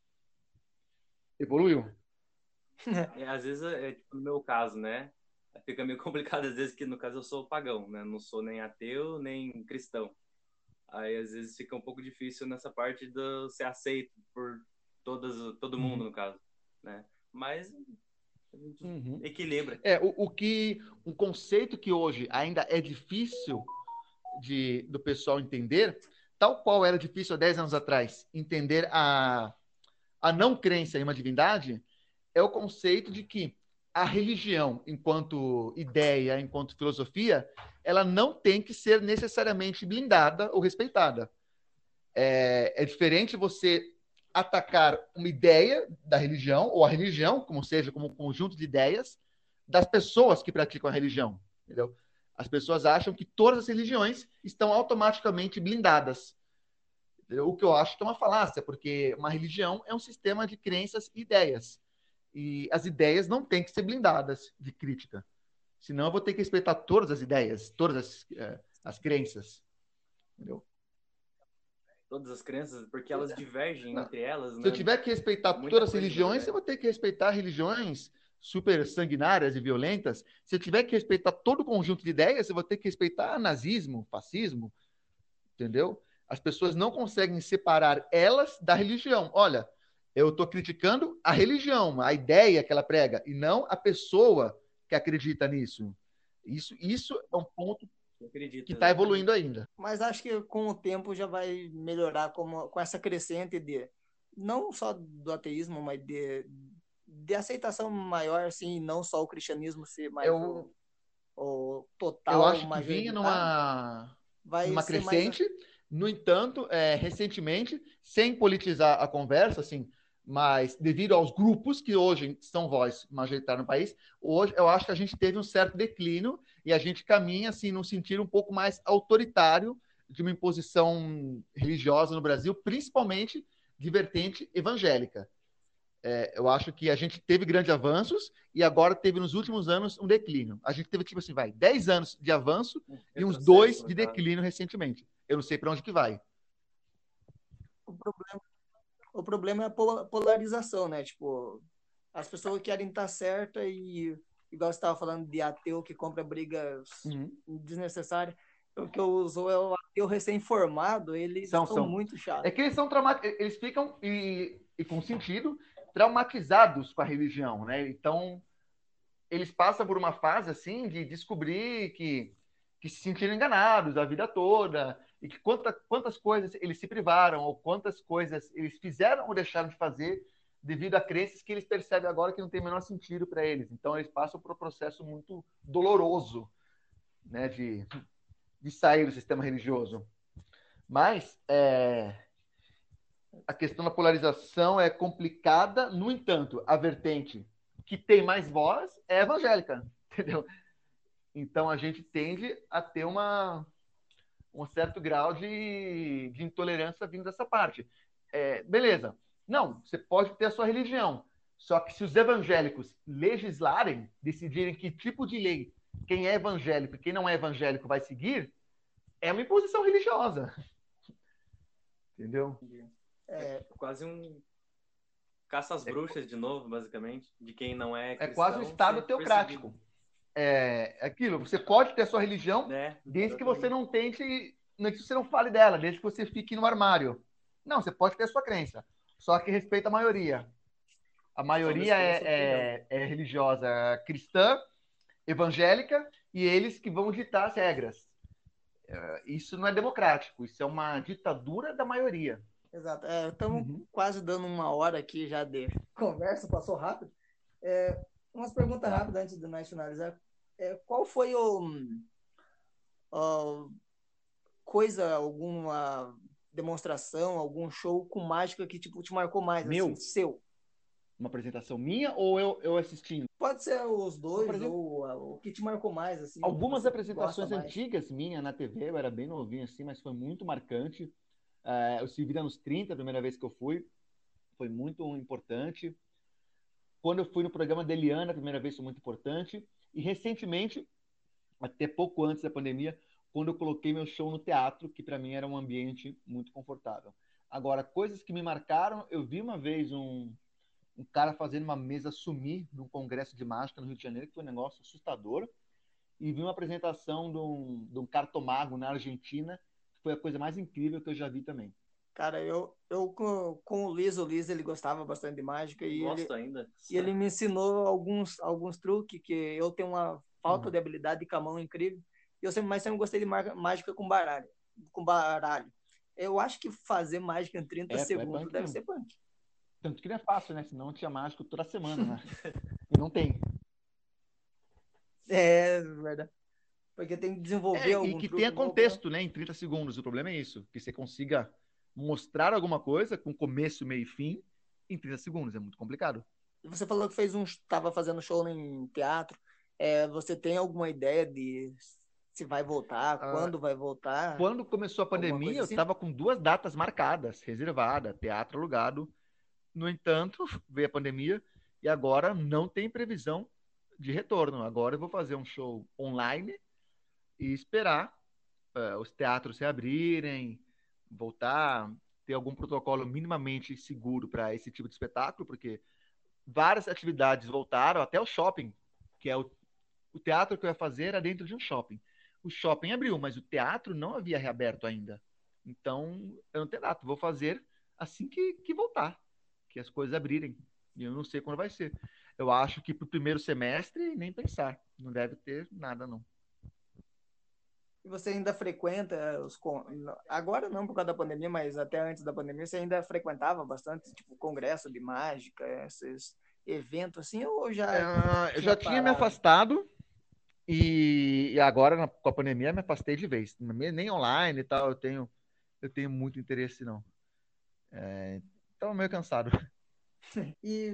Evoluiu. É, às vezes, é, tipo, no meu caso, né? Fica meio complicado, às vezes, que no caso eu sou pagão, né? Não sou nem ateu, nem cristão. Aí, às vezes, fica um pouco difícil nessa parte de ser aceito por todas, todo mundo, uhum. no caso, né? Mas a gente uhum. equilibra. É, o, o que, um conceito que hoje ainda é difícil de, do pessoal entender, tal qual era difícil há dez anos atrás, entender a, a não crença em uma divindade, é o conceito de que a religião, enquanto ideia, enquanto filosofia, ela não tem que ser necessariamente blindada ou respeitada. É, é diferente você atacar uma ideia da religião, ou a religião, como seja, como um conjunto de ideias, das pessoas que praticam a religião. Entendeu? As pessoas acham que todas as religiões estão automaticamente blindadas. Entendeu? O que eu acho que é uma falácia, porque uma religião é um sistema de crenças e ideias. E as ideias não têm que ser blindadas de crítica. Senão eu vou ter que respeitar todas as ideias, todas as, uh, as crenças. Entendeu? Todas as crenças, porque elas divergem não. entre elas. Se né? eu tiver que respeitar Muita todas as religiões, eu vou ter que respeitar religiões super sanguinárias e violentas, se eu tiver que respeitar todo o conjunto de ideias, eu vou ter que respeitar nazismo, fascismo, entendeu? As pessoas não conseguem separar elas da religião. Olha, eu estou criticando a religião, a ideia que ela prega, e não a pessoa que acredita nisso. Isso, isso é um ponto Acredito, que está exatamente. evoluindo ainda. Mas acho que com o tempo já vai melhorar como, com essa crescente de não só do ateísmo, mas de, de aceitação maior, assim, não só o cristianismo ser mais Eu, o, o eu total acho que vinha majoritário, numa, vai numa ser mais. crescente. No entanto, é, recentemente, sem politizar a conversa, assim, mas devido aos grupos que hoje são voz majoritária no país, hoje eu acho que a gente teve um certo declínio e a gente caminha assim num sentido um pouco mais autoritário de uma imposição religiosa no Brasil, principalmente de vertente evangélica. É, eu acho que a gente teve grandes avanços e agora teve nos últimos anos um declínio. A gente teve, tipo assim, vai, dez anos de avanço e uns dois de declínio recentemente. Eu não sei para onde que vai. O problema, o problema é a polarização, né? Tipo, as pessoas querem estar certas e, igual você estava falando de ateu que compra brigas Uhum. desnecessárias, o que eu uso é o ateu recém-formado, eles São, são, são. muito chatos. É que eles são traumatizados, eles ficam, e, e com sentido, traumatizados com a religião, né? Então, eles passam por uma fase, assim, de descobrir que, que se sentiram enganados a vida toda, e que quanta, quantas coisas eles se privaram, ou quantas coisas eles fizeram ou deixaram de fazer devido a crenças que eles percebem agora que não tem o menor sentido para eles. Então, eles passam por um processo muito doloroso, né, de, de sair do sistema religioso. Mas é, a questão da polarização é complicada, no entanto, a vertente que tem mais voz é evangélica, entendeu? Então a gente tende a ter uma, um certo grau de, de intolerância vindo dessa parte. É, beleza. Não, você pode ter a sua religião. Só que se os evangélicos legislarem, decidirem que tipo de lei quem é evangélico e quem não é evangélico vai seguir, é uma imposição religiosa. Entendeu? É, é quase um caça às bruxas de novo, basicamente, de quem não é cristão. É quase um Estado teocrático. É aquilo, você pode ter a sua religião, é, desde que você não tente, não é que você não fale dela, desde que você fique no armário. Não, você pode ter a sua crença, só que respeita a maioria. A maioria é, é, é religiosa cristã, evangélica, e eles que vão ditar as regras. Isso não é democrático, isso é uma ditadura da maioria. Exato. Estamos é, uhum. quase dando uma hora aqui já de conversa, passou rápido. É, umas perguntas rápidas antes de nós finalizar. É, qual foi o, o coisa, alguma demonstração, algum show com mágica que tipo, te marcou mais, Meu? assim, seu? Uma apresentação minha ou eu, eu assistindo? Pode ser os dois, exemplo, ou o que te marcou mais, assim. Algumas apresentações antigas minhas na T V, eu era bem novinho assim, mas foi muito marcante. Uh, eu se vira nos trinta, a primeira vez que eu fui, foi muito importante. Quando eu fui no programa da Eliana, a primeira vez foi muito importante. E recentemente, até pouco antes da pandemia, quando eu coloquei meu show no teatro, que para mim era um ambiente muito confortável. Agora, coisas que me marcaram, eu vi uma vez um, um cara fazendo uma mesa sumir num congresso de mágica no Rio de Janeiro, que foi um negócio assustador. E vi uma apresentação de um, de um cartomago na Argentina, que foi a coisa mais incrível que eu já vi também. Cara, eu, eu com, com o Liz, o Liz, ele gostava bastante de mágica. E Gosto ele, ainda. E ele me ensinou alguns, alguns truques, que eu tenho uma falta Uhum. de habilidade com a mão incrível. E eu sempre, mas sempre gostei de mágica com baralho. Com baralho. Eu acho que fazer mágica em trinta é, segundos é deve ser punk. Tanto que não é fácil, né? Senão tinha mágico toda semana, né? E não tem. É, verdade. Porque tem que desenvolver é, algum e que truque tenha contexto, novo, né? Em trinta segundos. O problema é isso. Que você consiga mostrar alguma coisa com começo, meio e fim em trinta segundos. É muito complicado. Você falou que fez um, estava fazendo show em teatro. É, você tem alguma ideia de se vai voltar, ah, quando vai voltar? Quando começou a pandemia, eu estava assim? com duas datas marcadas, reservada, teatro alugado. No entanto, veio a pandemia e agora não tem previsão de retorno. Agora eu vou fazer um show online e esperar uh, os teatros se abrirem, voltar, ter algum protocolo minimamente seguro para esse tipo de espetáculo, porque várias atividades voltaram, até o shopping, que é o, o teatro que eu ia fazer era dentro de um shopping. O shopping abriu, mas o teatro não havia reaberto ainda. Então, eu não tenho data, vou fazer assim que, que voltar, que as coisas abrirem. E eu não sei quando vai ser. Eu acho que para o primeiro semestre, nem pensar. Não deve ter nada, não. E você ainda frequenta os... con- Agora não por causa da pandemia, mas até antes da pandemia, você ainda frequentava bastante, tipo, congresso de mágica, esses eventos assim, ou já É, eu tinha já tinha me parado? afastado e, e agora, na, com a pandemia, me afastei de vez. Nem online e tal, eu tenho, eu tenho muito interesse, não. É, então, meio cansado. E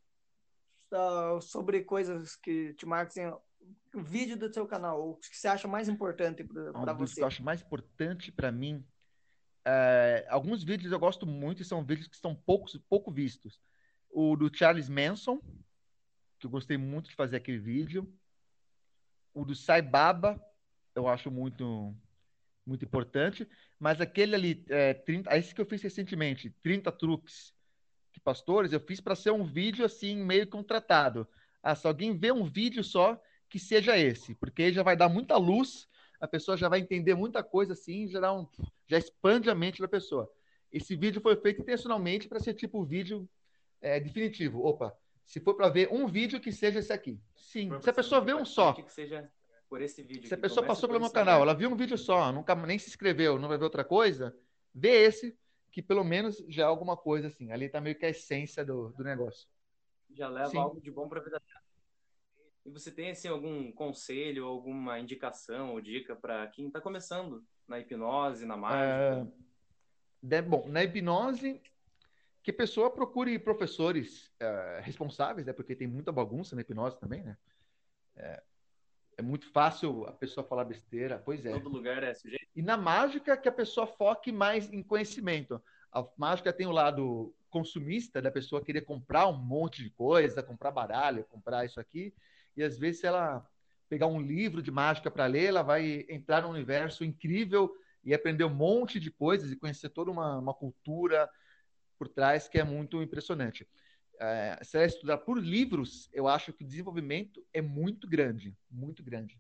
ah, sobre coisas que te marcam, assim, o vídeo do seu canal, o que você acha mais importante Um para dos que eu você? acho mais importante para mim, é, alguns vídeos eu gosto muito e são vídeos que são poucos, pouco vistos. O do Charles Manson, que eu gostei muito de fazer aquele vídeo. O do Sai Baba, eu acho muito, muito importante. Mas aquele ali, é, trinta, esse que eu fiz recentemente, trinta truques de pastores, eu fiz para ser um vídeo assim, meio contratado. Ah, se alguém vê um vídeo só, que seja esse, porque aí já vai dar muita luz, a pessoa já vai entender muita coisa assim, já, dá um, já expande a mente da pessoa. Esse vídeo foi feito intencionalmente para ser tipo um vídeo é, definitivo. Opa, se for para ver um vídeo, que seja esse aqui. Se Sim, for se a pra pessoa seguir, vê um pode só, partir que seja por esse vídeo se a aqui. pessoa Começa passou por pelo meu esse canal, lugar. ela viu um vídeo só, nunca nem se inscreveu, não vai ver outra coisa, vê esse, que pelo menos já é alguma coisa assim. Ali tá meio que a essência do, do negócio. Já leva Sim. algo de bom pra vida. E você tem assim algum conselho, alguma indicação ou dica para quem está começando na hipnose, na mágica? É, bom, na hipnose, que a pessoa procure professores é, responsáveis, né? Porque tem muita bagunça na hipnose também, né? É, é muito fácil a pessoa falar besteira, pois é. Todo lugar é sujeito. E na mágica, que a pessoa foque mais em conhecimento. A mágica tem o lado consumista, da pessoa querer comprar um monte de coisa, comprar baralho, comprar isso aqui, e às vezes se ela pegar um livro de mágica para ler, ela vai entrar num universo incrível e aprender um monte de coisas e conhecer toda uma, uma cultura por trás que é muito impressionante. É, se ela estudar por livros, eu acho que o desenvolvimento é muito grande, muito grande.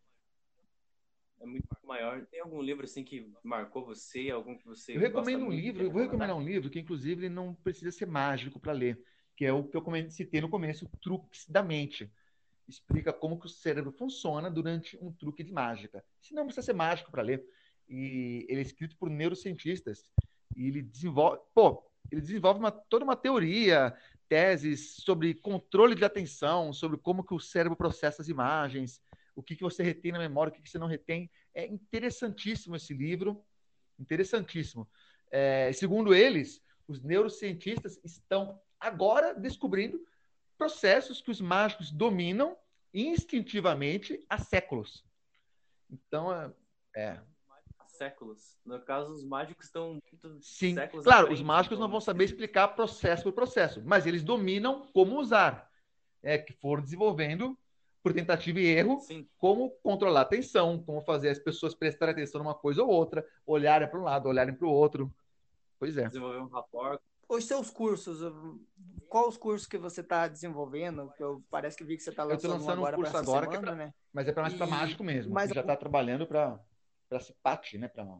É muito maior. Tem algum livro assim que marcou você, algum que você Eu gosta recomendo um muito de livro, eu vou recomendar? recomendar um livro que, inclusive, ele não precisa ser mágico para ler, que é o que eu citei no começo, Truques da Mente. Explica como que o cérebro funciona durante um truque de mágica. Se não precisa ser mágico para ler. E ele é escrito por neurocientistas. E ele desenvolve, pô, ele desenvolve uma, toda uma teoria, teses sobre controle de atenção, sobre como que o cérebro processa as imagens, o que, que você retém na memória, o que, que você não retém. É interessantíssimo esse livro. Interessantíssimo. É, segundo eles, os neurocientistas estão agora descobrindo processos que os mágicos dominam instintivamente há séculos. Então, é, é. Há séculos. No caso, os mágicos estão muito Sim, séculos à claro, os frente, mágicos então, não vão nesse saber quesito. explicar processo por processo, mas eles dominam como usar, é, que foram desenvolvendo por tentativa e erro, Sim. como controlar a atenção, como fazer as pessoas prestarem atenção numa coisa ou outra, olharem para um lado, olharem para o outro. Pois é. Desenvolver um rapport. Os seus cursos, qual os cursos que você está desenvolvendo? Que eu parece que vi que você está Eu estou lançando um lançando um agora para curso essa agora, que é semana, pra, né? mas é pra mais para E, mágico e mesmo, mais que já está trabalhando para se partir, né? Pra...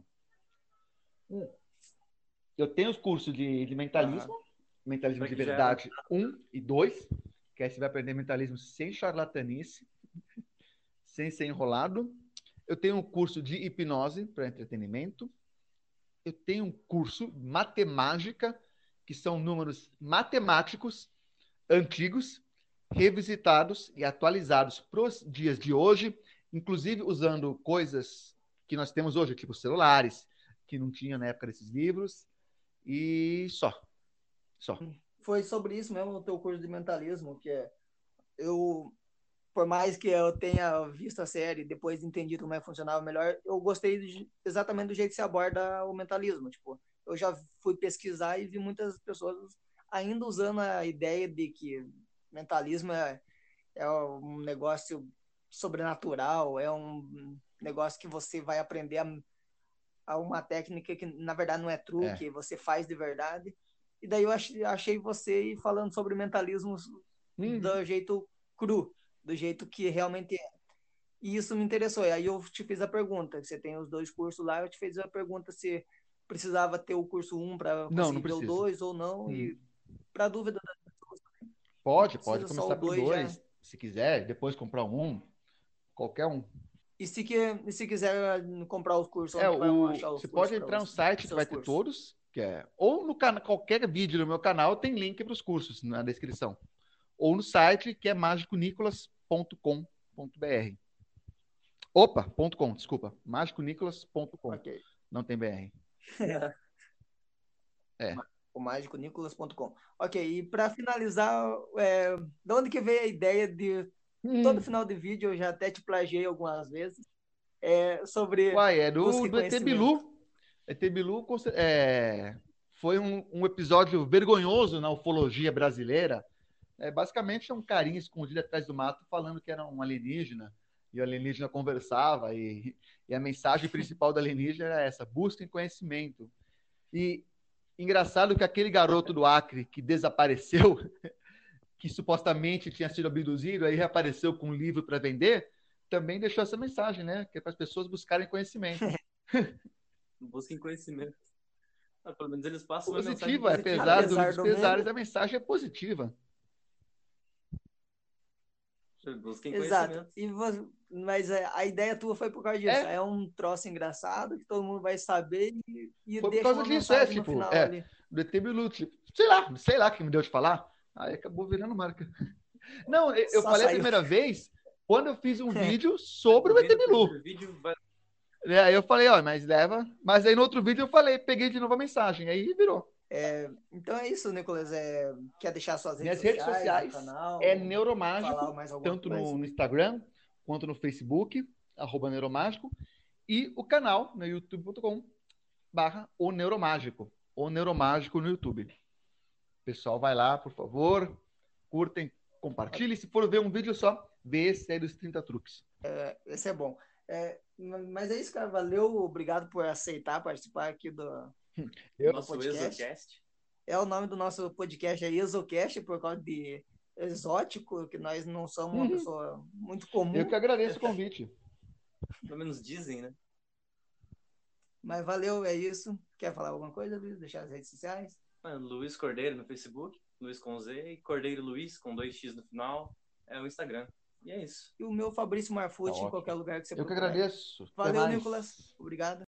Eu tenho os cursos de, de mentalismo, Aham. mentalismo Pra de quem já é verdade um e dois, que aí você vai aprender mentalismo sem charlatanice, sem ser enrolado. Eu tenho um curso de hipnose para entretenimento. Eu tenho um curso de matemática, que são números matemáticos antigos, revisitados e atualizados para os dias de hoje, inclusive usando coisas que nós temos hoje, tipo celulares, que não tinha na época desses livros, e só. Só. Foi sobre isso mesmo o teu curso de mentalismo, que é eu, por mais que eu tenha visto a série, depois entendido como é que funcionava melhor, eu gostei de, exatamente do jeito que se aborda o mentalismo. Tipo, eu já fui pesquisar e vi muitas pessoas ainda usando a ideia de que mentalismo é, é um negócio sobrenatural, é um negócio que você vai aprender a, a uma técnica que na verdade não é É. truque, você faz de verdade. E daí eu achei, achei você falando sobre mentalismo Uhum. do jeito cru, do jeito que realmente é. E isso me interessou. E aí eu te fiz a pergunta. Você tem os dois cursos lá, eu te fiz a pergunta se precisava ter o curso um para Não, conseguir não ver o precisa. dois ou não. Hum. E para dúvida das pessoas, Pode, pode precisa só começar o pelo dois já. dois, se quiser, depois comprar um, qualquer um. E se, que, e se quiser comprar os cursos, É, onde vão o, achar os você cursos pode para entrar no você? site que Seus vai ter cursos. todos, que é, ou no canal, qualquer vídeo do meu canal tem link para os cursos na descrição. Ou no site que é mágico nicolas ponto com ponto br. Opa, ponto .com, desculpa. mágico nicolas ponto com. Ok. Não tem B R. É. O mágico nicolas ponto com. Ok, e para finalizar, é, de onde que veio a ideia de todo Hum. final de vídeo, eu já até te plagiei algumas vezes, é, sobre Uai, é busca do, e do E T conhecimento. Bilu. E T Bilu é, foi um, um episódio vergonhoso na ufologia brasileira. É, basicamente é um carinha escondido atrás do mato falando que era um alienígena. E o alienígena conversava. E, e a mensagem principal do alienígena era essa: busquem conhecimento. E engraçado que aquele garoto do Acre que desapareceu, que supostamente tinha sido abduzido, aí reapareceu com um livro para vender, também deixou essa mensagem, né? Que é para as pessoas buscarem conhecimento. Busquem conhecimento. Ah, pelo menos eles passam uma mensagem Positiva, positiva. apesar Né? Apesar dos do pesares, meme. a mensagem é positiva. Busquem Exato. conhecimento. E você, mas a, a ideia tua foi por causa disso. É, É um troço engraçado que todo mundo vai saber e, e foi por deixa causa uma disso, é, mensagem no tipo, final é, ali. do E T Bilu, tipo, sei lá, sei lá que me deu de falar. Aí acabou virando marca. Não, eu eu Só falei a saiu. primeira vez quando eu fiz um vídeo sobre o E T Vendo o Bilu. primeiro vídeo, vai... É, aí eu falei, ó, mas leva. Mas aí no outro vídeo eu falei, peguei de novo a mensagem, aí virou. É, então é isso, Nicolas. É, quer deixar suas redes Minhas redes sociais, o sociais é canal, falar Neuromágico, mais alguma tanto coisa? no, no Instagram quanto no Facebook, arroba Neuromágico, e o canal no youtube ponto com barra o Neuromágico. O Neuromágico no YouTube. Pessoal, vai lá, por favor, curtem, compartilhem. Se for ver um vídeo só, vê esse aí dos trinta truques. É, esse é bom. É, mas é isso, cara. Valeu, obrigado por aceitar participar aqui do, Eu, do Nosso podcast. Exocast. É o nome do nosso podcast, é Exocast, por causa de exótico, que nós não somos uma Uhum. pessoa muito eu comum. que agradeço o convite. Pelo menos dizem, né? Mas valeu, é isso. Quer falar alguma coisa, Luiz? Deixar as redes sociais? Mano, Luiz Cordeiro no Facebook, Luiz com Z, e Cordeiro Luiz com dois X no final, é o Instagram. E é isso. E o meu Fabrício Tá Marfucci em ótimo. qualquer lugar que você Eu que procurar. agradeço. Até Valeu, mais. Nicolas. Obrigado.